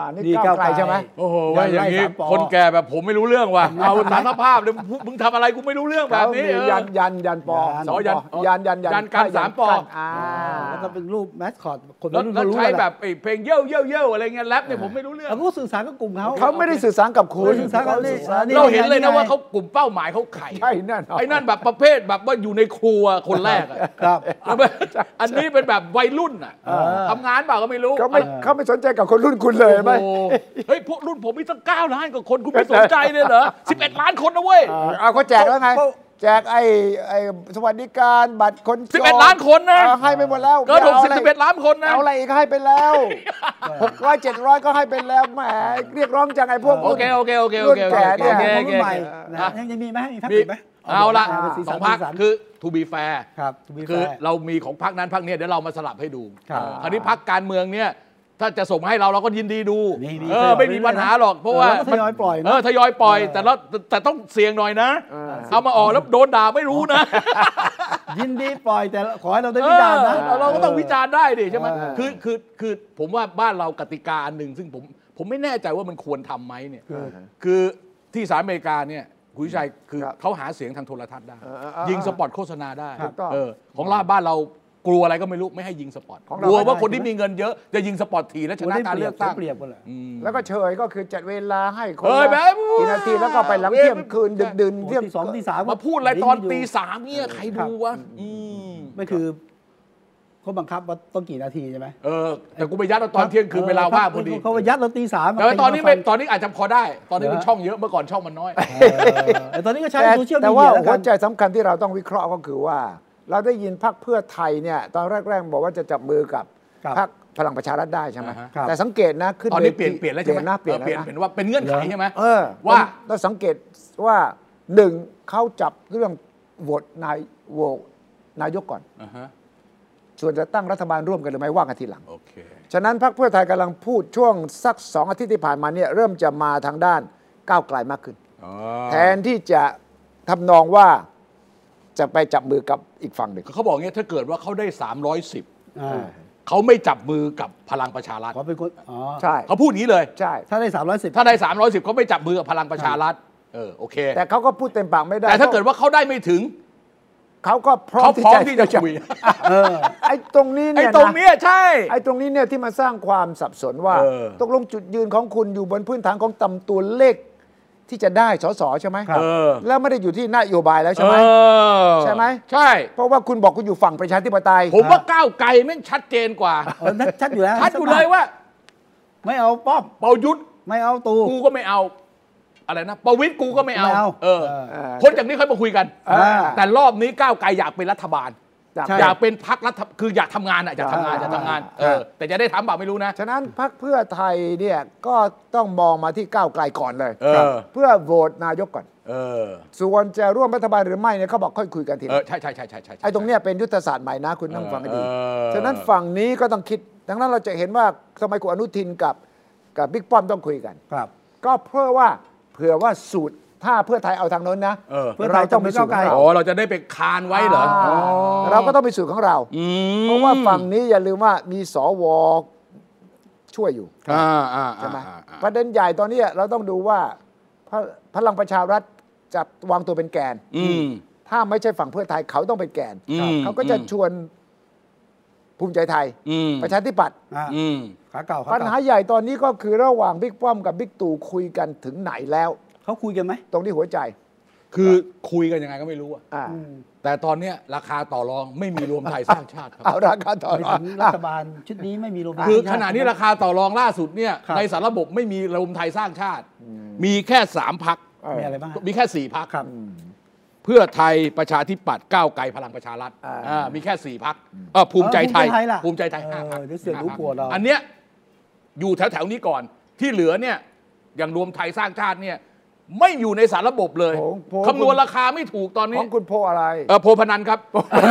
นี่ก้าวไกลใช่ไหมโอ้โหว่าอย่างนี้คนแก่แบบผมไม่รู้เรื่องว่ะเอาสารภาพเลยมึงทำอะไรกูไม่รู้เรื่องแบบนี้ยันยันยันปอยันยันยันยันการสามปอแล้วก็เป็นรูปแมสคอตคนแล้วใช้แบบเพลงเย่อเย่อเย่ออะไรเงี้ยแรปเนี่ยผมไม่รู้เรื่องเขาสื่อสารกับกลุ่มเขาเขาไม่ได้สื่อสารกับคุณเราเห็นเลยนะว่าเขากลุ่มเป้าหมายเขาไข่ใช่นั่นไอ้นั่นแบบประเภทแบบว่าอยู่ในครัวคนแรกครับอันนี้เป็นแบบวัยรุ่นอ่ะทำงานเปล่าก็ไม่รู้เขาไม่เขาไม่สนใจกับคนรุ่นคุณเลยไหมเฮ้ยพวกรุ่นผมมีตั้งเก้าล้านกว่าคนคุณไม่สนใจเลยเหรอสิบเอ็ดล้านคนนะเว้ยเอาเขาแจกแล้วไงแจกไอ้ไอ้สวัสดิการบัตรคนสิบเอ็ดล้านคนนะให้ไปหมดแล้วเกินหกสิบสิบเอ็ดล้านคนนะเอาอะไรอีกให้ไปแล้วหกร้อยเจ็ดร้อยก็ให้ไปแล้วแหมเรียกร้องจังไอ้พวกโอเคโอเคโอเคโอเคแก่เนี่ยรุ่นใหม่ยังยังมีไหมมีพรรคอื่นไหมเอาละสองพรรคคือ to be fair ครับคือเรามีของพรรคนั้นพรรคนี้เดี๋ยวเรามาสลับให้ดูคราวนี้พรรคการเมืองเนี่ยถ้าจะส่งมาให้เราเราก็ยินดีดูเออไม่มีปัญหาหรอกเพราะว่าทยอยปล่อยเออทยอยปล่อยแต่แล้วแต่ต้องเสี่ยงหน่อยนะเอามาออกแล้วโดนด่าไม่รู้นะยินดีปล่อยแต่ขอให้เราได้วิจารณ์นะเราก็ต้องวิจารณ์ได้ดิใช่ไหมคือคือคือผมว่าบ้านเรากติกาอันหนึ่งซึ่งผมผมไม่แน่ใจว่ามันควรทำไหมเนี่ยคือที่สหรัฐอเมริกาเนี่ยคุณชัยคือเขาหาเสียงทางโทรทัศน์ได้ยิงสปอตโฆษณาได้เออของเราบ้านเรากลัวอะไรก็ไม่รู้ไม่ให้ยิงสปอตกลัวว่าคนที่มีเงินเยอะจะยิงสปอตทีแล้วชนะการเลือกตั้งแล้วก็เฉยก็คือจัดเวลาให้คนละกี่นาทีแล้วก็ไปหลังเที่ยงคืนดึกดื่นเที่ยงสองตีสามมาพูดอะไรตอนตีสามเนี่ยใครดูวะไม่คือเขาบังคับว่าต้องกี่นาทีใช่ไหมเออแต่กูไปยัดตอนเที่ยงคืนเวลาว่างพอดีเขาไปยัดเราตีสามแต่ตอนนี้ไม่ตอนนี้อาจจะพอได้ตอนนี้มันช่องเยอะเมื่อก่อนช่องมันน้อยตอนนี้ก็ใช้โซเชียลมีเดียแต่ว่าหัวใจสำคัญที่เราต้องวิเคราะห์ก็คือว่าเราได้ยินพรรคเพื่อไทยเนี่ยตอนแรกๆบอกว่าจะจับมือกับพรรคพลังประชารัฐได้ใช่ไหมแต่สังเกตนะขึ้นตอนนี้เปลี่ยนเปลี่ยนแล้วใช่ไหมเปลี่ยนเปลี่ยนเป็นว่าเป็นเงื่อนไขใช่ไหมว่าเราสังเกตว่าหนึ่งเขาจับเรื่องโหวตนายโหวตนายกก่อนส่วนจะตั้งรัฐบาลร่วมกันหรือไม่ว่ากันทีหลังฉะนั้นพรรคเพื่อไทยกำลังพูดช่วงสักสองอาทิตย์ที่ผ่านมาเนี่ยเริ่มจะมาทางด้านก้าวไกลมากขึ้นแทนที่จะทำนองว่าจะไปจับมือกับอีกฝั่งหนึ่งเขาบอกเงี้ยถ้าเกิดว่าเขาได้สามร้อยสิบเขาไม่จับมือกับพลังประชารัฐเขาเป็นคนอ๋อใช่เขาพูดอย่างนี้เลยใช่ถ้าได้สามร้อยสิบถ้าได้สามร้อยสิบเขาไม่จับมือกับพลังประชารัฐเออโอเคแต่เขาก็พูดเต็มปากไม่ได้แต่ถ้าเกิดว่าเขาได้ไม่ถึงเขาก็พร้อมที่จะคุยไอ้ตรงนี้เนี่ยไอ้ตรงนี้ใช่ไอ้ตรงนี้เนี่ยที่มาสร้างความสับสนว่าตกลงจุดยืนของคุณอยู่บนพื้นฐานของตำตัวเลขที่จะได้สสใช่ไหมแล้วไม่ได้อยู่ที่นโยบายแล้วใช่ไหมใช่ไหมใช่เพราะว่าคุณบอกคุณอยู่ฝั่งประชาธิปไตยผมว่าก้าวไกลแม่งชัดเจนกว่าชัดอยู่แล้วชัดอยู่เลยว่าไม่เอาป้อมประยุทธ์ไม่เอาตูกูก็ไม่เอาอะไรนะประวิตรกูก็ไม่เอาเออคนจากนี้ค่อยมาคุยกันแต่รอบนี้ก้าวไกลอยากเป็นรัฐบาลอยากเป็นพรรครัฐคืออยากทำงานอ่ะอยากทำงานอยากทำงานเออแต่จะได้ทำเปล่าไม่รู้นะฉะนั้นพรรคเพื่อไทยเนี่ยก็ต้องมองมาที่ก้าวไกลก่อนเลยเพื่อโหวตนายกก่อนส่วนจะร่วมรัฐบาลหรือไม่เนี่ยเขาบอกค่อยคุยกันทีหลังใช่ใช่ใช่ใช่ใช่ไอ้ตรงเนี้ยเป็นยุทธศาสตร์ใหม่นะคุณต้องฟังให้ดีฉะนั้นฝั่งนี้ก็ต้องคิดดังนั้นเราจะเห็นว่าสมัยคุณอนุทินกับกับบิ๊กป้อมต้องคุยกันก็เพื่อว่าเผื่อว่าสูตรถ้าเพื่อไทยเอาทางโน้นนะเพื่อเราต้องมีสูตรของเราโอ้เราจะได้ไปคานไว้เหรอเราก็ต้องมีสูตรของเราเพราะว่าฝั่งนี้อย่าลืมว่ามีสวช่วยอยู่ใช่ไหมประเด็นใหญ่ตอนนี้เราต้องดูว่าพลังประชารัฐจะวางตัวเป็นแกนถ้าไม่ใช่ฝั่งเพื่อไทยเขาต้องเป็นแกนเขาก็จะชวนภูมิใจไทยประชาธิปัตย์ขาเก่าปัญหาใหญ่ตอนนี้ก็คือระหว่างบิ๊กป้อมกับบิ๊กตู่คุยกันถึงไหนแล้วเขาคุยกันไหมตรงที่หัวใจคือคุยกันยังไงก็ไม่รู้อะแต่ตอนนี้ราคาต่อรองไม่มีรวมไทยสร้างชาติครับเอาราคาต่อรองรัฐบาลชุดนี้ไม่มีรวมไทยคือขณะนี้ราคาต่อรองล่าสุดเนี่ยในสารระบบไม่มีรวมไทยสร้างชาติมีแค่สามพรรคมีอะไรบ้างมีแค่สี่พรรคเพื่อไทยประชาธิปัตย์ก้าวไกลพลังประชารัฐมีแค่สี่พรรคภูมิใจไทยภูมิใจไทยห้าพรรคอันเนี้ยอยู่แถวๆนี้ก่อนที่เหลือเนี่ยอย่างรวมไทยสร้างชาติเนี่ยไม่อยู่ในสารระบบเลยคำนวณราคาไม่ถูกตอนนี้ของคุณโพอะไรเออโพพนันครับ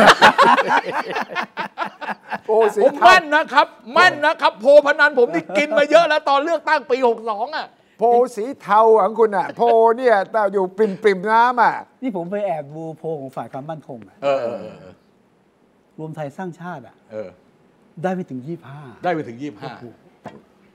ผมแม่นนะครับแม่นนะครับโพพนันผมนี่กินมาเยอะแล้วตอนเลือกตั้งปีหกสิบสองอ่ะโพสีเทาของคุณอ่ะโพเนี่ยแต่อยู่ปริมปริมน้ำอ่ะนี่ผมไปแอบดูโพของฝ่ายความมั่นคงอ่ะรวมไทยสร้างชาติอ่ะได้ไปถึงยี่สิบห้าได้ไปถึงยี่สิบห้า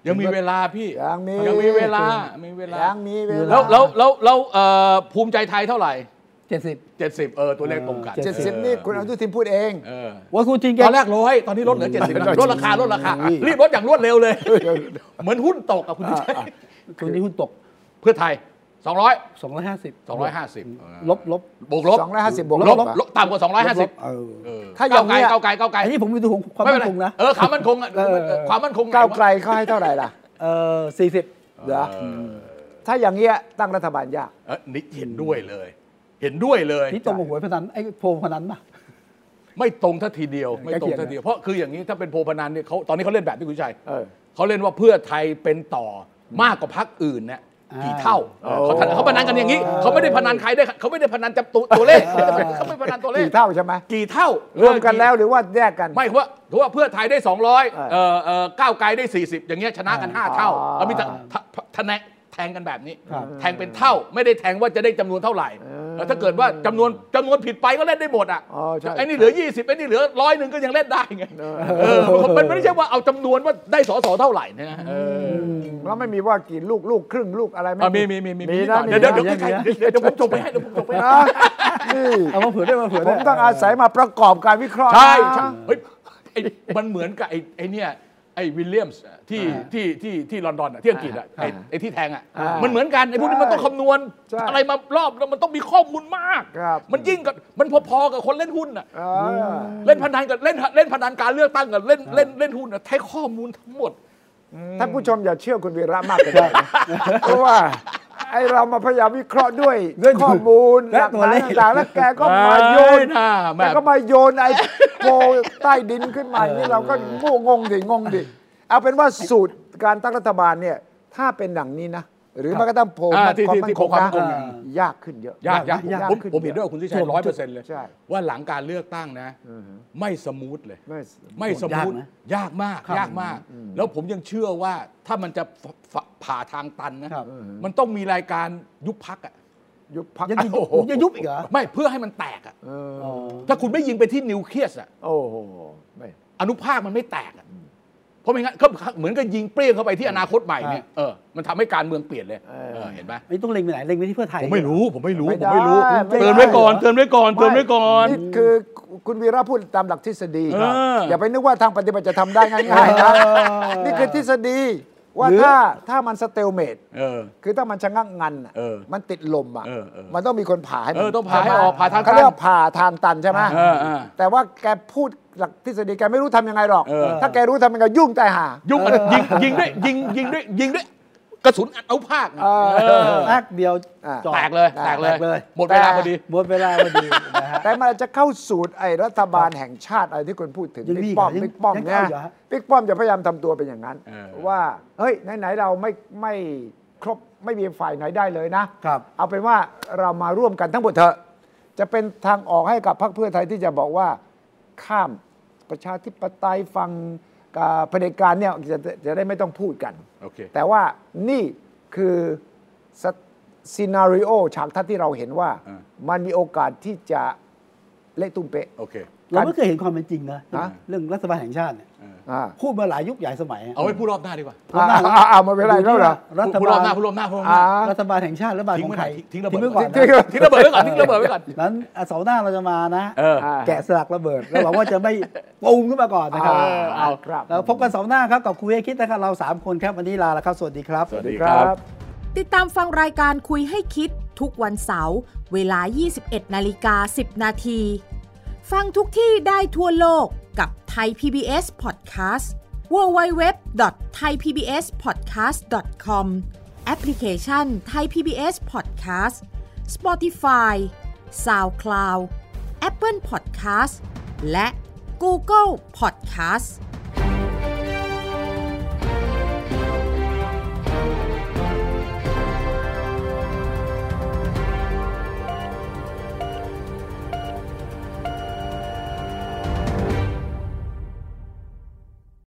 ยังมีเวลาพี่ยังมียังมีเวลามีเวลายังมีเวลาแล้วแล้วแล้วแล้วเอ่อภูมิใจไทยเท่าไหร่เจ็ดสิบเจ็ดสิบเออตัวเลขตรงกันเจ็ดสิบนี่คุณอนุทินพูดเองเออว่าคุณจริงแกตอนแรกร้อยตอนนี้ลดเหลือเจ็ดสิบลดราคาลดราคารีบลดอย่างรวดเร็วเลย เหมือนหุ้นตกอะคุณชัยคุณนี้หุ้นตกเพื่อไทยสองร้อยสองร้อยห้าสิบสองร้อยห้าสิบลบลบบวกลบสองร้อยห้าสิบบวกลลบบ ลบต่ำกว่าสองร้อยห้าสิบเออเออถ้าอย่างไกลเนี้ยเก้าไกลเก้าไกลอันนี้ผมไปดูของความไม่มั่เป็นนไรคงนะเออความมั่นคงอะเออเออความมั่นคงก้าวไกลเขาให้เท่าไหร่ล่ะเออสี่สิบเหรอถ้าอย่างเงี้ยตั้งรัฐบาลยากเออนี่เห็นด้วยเลย เห็นด้วยเลยนี่ตรงกับหวยพนันไอ้โพลพนันป่ะไม่ตรงทัทีเดียวไม่ตรงใกล้เคียงทัทีเดียวเพราะคืออย่างนี้ถ้าเป็นโพลพนันเนี่ยเขาตอนนี้เขาเล่นแบบที่คุณชัยเออเขาเล่นว่าเพื่อไทยเป็นต่อมากกว่าพรรคอื่นเนี่ยกี่เท่าเขาเขาพนันกันอย่างนี้เขาไม่ได้พนันใครได้เขาไม่ได้พนันจับตัวตัวเลขเขาไม่พนันตัวเลขกี่เท่าใช่ไหมกี่เท่ารวมกันแล้วหรือว่าแยกกันไม่เพราะว่าเพราะว่าเพื่อไทยได้สองร้อยเออเอ่อเอ่อก้าวไกลได้สี่สิบอย่างเงี้ยชนะกันห้าเท่าอ๋อเรามีแต่ทะทะแนแทงกันแบบนี้ครับแทงเป็นเท่าไม่ได้แทงว่าจะได้จำนวนเท่าไหร่แล้วถ้าเกิดว่าจำนวนจำนวนผิดไปก็เล่นได้หมดอ่ะอ๋อใช่ไอ้นี่เหลือยี่สิบไอ้นี่เหลือร้อยหนึ่งก็ยังเล่นได้ไงเออมันไม่ใช่ว่าเอาจำนวนว่าได้สสเท่าไหร่นะเออแล้วไม่มีว่ากี่ลูกลูกครึ่งลูกอะไรไม่อ่ะมีมีมีมีมีนิดหนะน่อยเดี๋ยวเดี๋ยวมีเดี๋ยวนะเดี๋ยวเดี๋ยวผมจบไปให้เดี๋ยวผมจบไปให้นะนี่เอามาเผื่อได้มาเผื่อผได้มต้องอาศัยมาประกอบการวิเคราะห์ใช่นะใช่เฮ้ยไอ้มันเหมือนกับไอ้ไอ้เนี่ยไอ้วิลเลียมส์ที่ที่ที่ที่ลอนดอนอะที่อังกฤษอะไอ้ไอ้ที่แทงอะอ่ามัมันเหมือนกันไอ้พวกนี้มันต้องคำนวณใช่อะไรมารอบแล้วมันต้องมีข้อมูลมากครับมันยิ่งกับมันพอๆกับคนเล่นหุ้นอะเออเล่นพนันกับเล่นเล่นพนันการเลือกตั้งกับเล่นเล่นเล่นหุ้นอะใช้ข้อมูลทั้งหมดท่านผู้ชมอย่าเชื่อคุณวีระมากเกินไปนะเพราะว่าไอเรามาพยายามวิเคราะห์ด้วยด้วยข้อมูลหและลักตัวฐานเลขต่างๆแล้วแกก็มาโยนเอ้ยน่าแม่แกก็มาโยนไอ้โพลใต้ดินขึ้นมาอย่างนี้เราก็งูงงดิงงดิเอาเป็นว่าสูตรการตั้งรัฐบาลเนี่ยถ้าเป็นอย่างนี้นะ หรือแม้กระทั่งโพลอ่ามันที่ความที่มั่ที่นคงความนะมั่นคงยากขึ้นเยอะยากยากยากผมขึ้นผมเห็นด้วยกับคุณทิชัยร้อยเปอร์เซ็นต์เลยใช่ว่าหลังการเลือกตั้งนะ ไม่สมูทเลยไม่ไม่สมูทยากไหมยากมากยากมาก แล้วผมยังเชื่อว่าถ้ามันจะฝผ่าทางตันนะครับ มันต้องมีรายการยุบพักอ่ะยุบพักยังจะยุบโอ้โหยังจะยุบอีกเหรอไม่เพื่อให้มันแตกอ่ะเอออ๋อถ้าคุณไม่ยิงไปที่นิวเคลียสอ่ะโอ้โหไม่อนุภาคมันไม่แตกอ่ะเพราะไม่งั้นก็เหมือนกับยิงเปรี้ยงเข้าไปที่อนาคตใหม่เนี่ยเออมันทำให้การเมืองเปลี่ยนเลยเออเห็นไหมไม่ต้องเล็งไปไหนเล็งไปที่เพื่อไทยผมไม่รู้ผมไม่รู้ไม่ผได้มไม่รู้ไม่ได้เตือนไว้ก่อนเตือนไว้ก่อนเตือนไว้ก่อนนี่คือคุณวีระพูดตามหลักทฤษฎีเอออย่าไปนึกว่าทางปฏิบัติจะทำได้ง่ายๆนะนี่คือทฤษฎีว่าถ้าถ้ามันสเตลเมดเออคือถ้ามันชะงักงันอะเออมันติดลมอ่ะเออเออมันต้องมีคนผ่าให้มันเออต้องผ่าให้ออกผ่าทางตันเขาเรียกว่าผ่าทางตันใช่ไหมเออเออแต่ว่าแกพูดหลักทฤษฎีแกไม่รู้ทำยังไงหรอกเออถ้าแกรู้ทำยังไงยุ่งใจห่ายุ่งอันยิงยิงด้วยยิงยิงด้วยยิงด้วยกระสุนอัดเอาภาคนะเออเออแป๊กเดียวอ่ะจอดแตกเลยแตกเลยแตกเลยหมดเวลาพอดีหมดเวลาพอดีนะฮะแต่มันจะเข้าสูตรไอ้รัฐบาลแห่งชาติอะไรที่คุณพูดถึงยังมีบิ๊กป้อมอีกเหรอบิ๊กป้อมยังเนี่ยเข้าอยู่ฮะบิ๊กป้อมจะพยายามทำตัวเป็นอย่างนั้นเออว่าเฮ้ยไหนๆเราไม่ไม่ครบไม่มีฝ่ายไหนได้เลยนะครับเอาเป็นว่าเรามาร่วมกันทั้งหมดเถอะจะเป็นทางออกให้กับพรรคเพื่อไทยที่จะบอกว่าข้ามประชาธิปไตยฟังกับเผด็จการเนี่ยจะจะได้ไม่ต้องพูดกันโอเคแต่ว่านี่คือซีนาริโอฉากทัศน์ที่เราเห็นว่าอ่ามันมีโอกาสที่จะเละตุ้มเป๊ะโอเคเราไม่เคยเห็นความเป็นจริงนะฮะเรื่องรัฐบาลแห่งชาติเนี่ยอ่าพูดมาหลายยุคหลายสมัยเอาไว้พูดรอบหน้าดีกว่าอ่าอ่าอ่ามาเวลาแล้วเหรอรัฐพูดรบาอบลหน้าพูดรอบหน้าพูดรอบหอ่าน้ารัฐบาลแห่งชาติรัฐบาลทิ้งของไว้ใครทิ้งระเบิดไว้ก่อนทิ้งนะทิ้งระเบิดไว้ก่อนทิ้งระเบิดไว้ก่อนนั้นอ่ะเสาร์หน้าเราจะมานะเอออ่าแกะสลักระเบิดแล้วหวังว่าจะไม่ปูมขึ้นมาก่อนนะครับเออเอาครับแล้วพบกันเสาร์หน้าครับกับคุยให้คิดนะครับเราสามคนครับวันนี้ลาแล้วครับสวัสดีครับสวัสดีครับติดตามฟังรายการคุยให้คิดทุกวันเสาร์เวลา ยี่สิบเอ็ดนาฬิกาสิบนาที ฟังทุกที่ได้ทั่วโลกกับไทย พี บี เอส Podcastดับเบิลยู ดับเบิลยู ดับเบิลยู ดอท ไทย พี บี เอส พอดแคสต์ ดอท คอม แอปพลิเคชัน Thai พี บี เอส Podcast Spotify SoundCloud Apple Podcast และ Google Podcast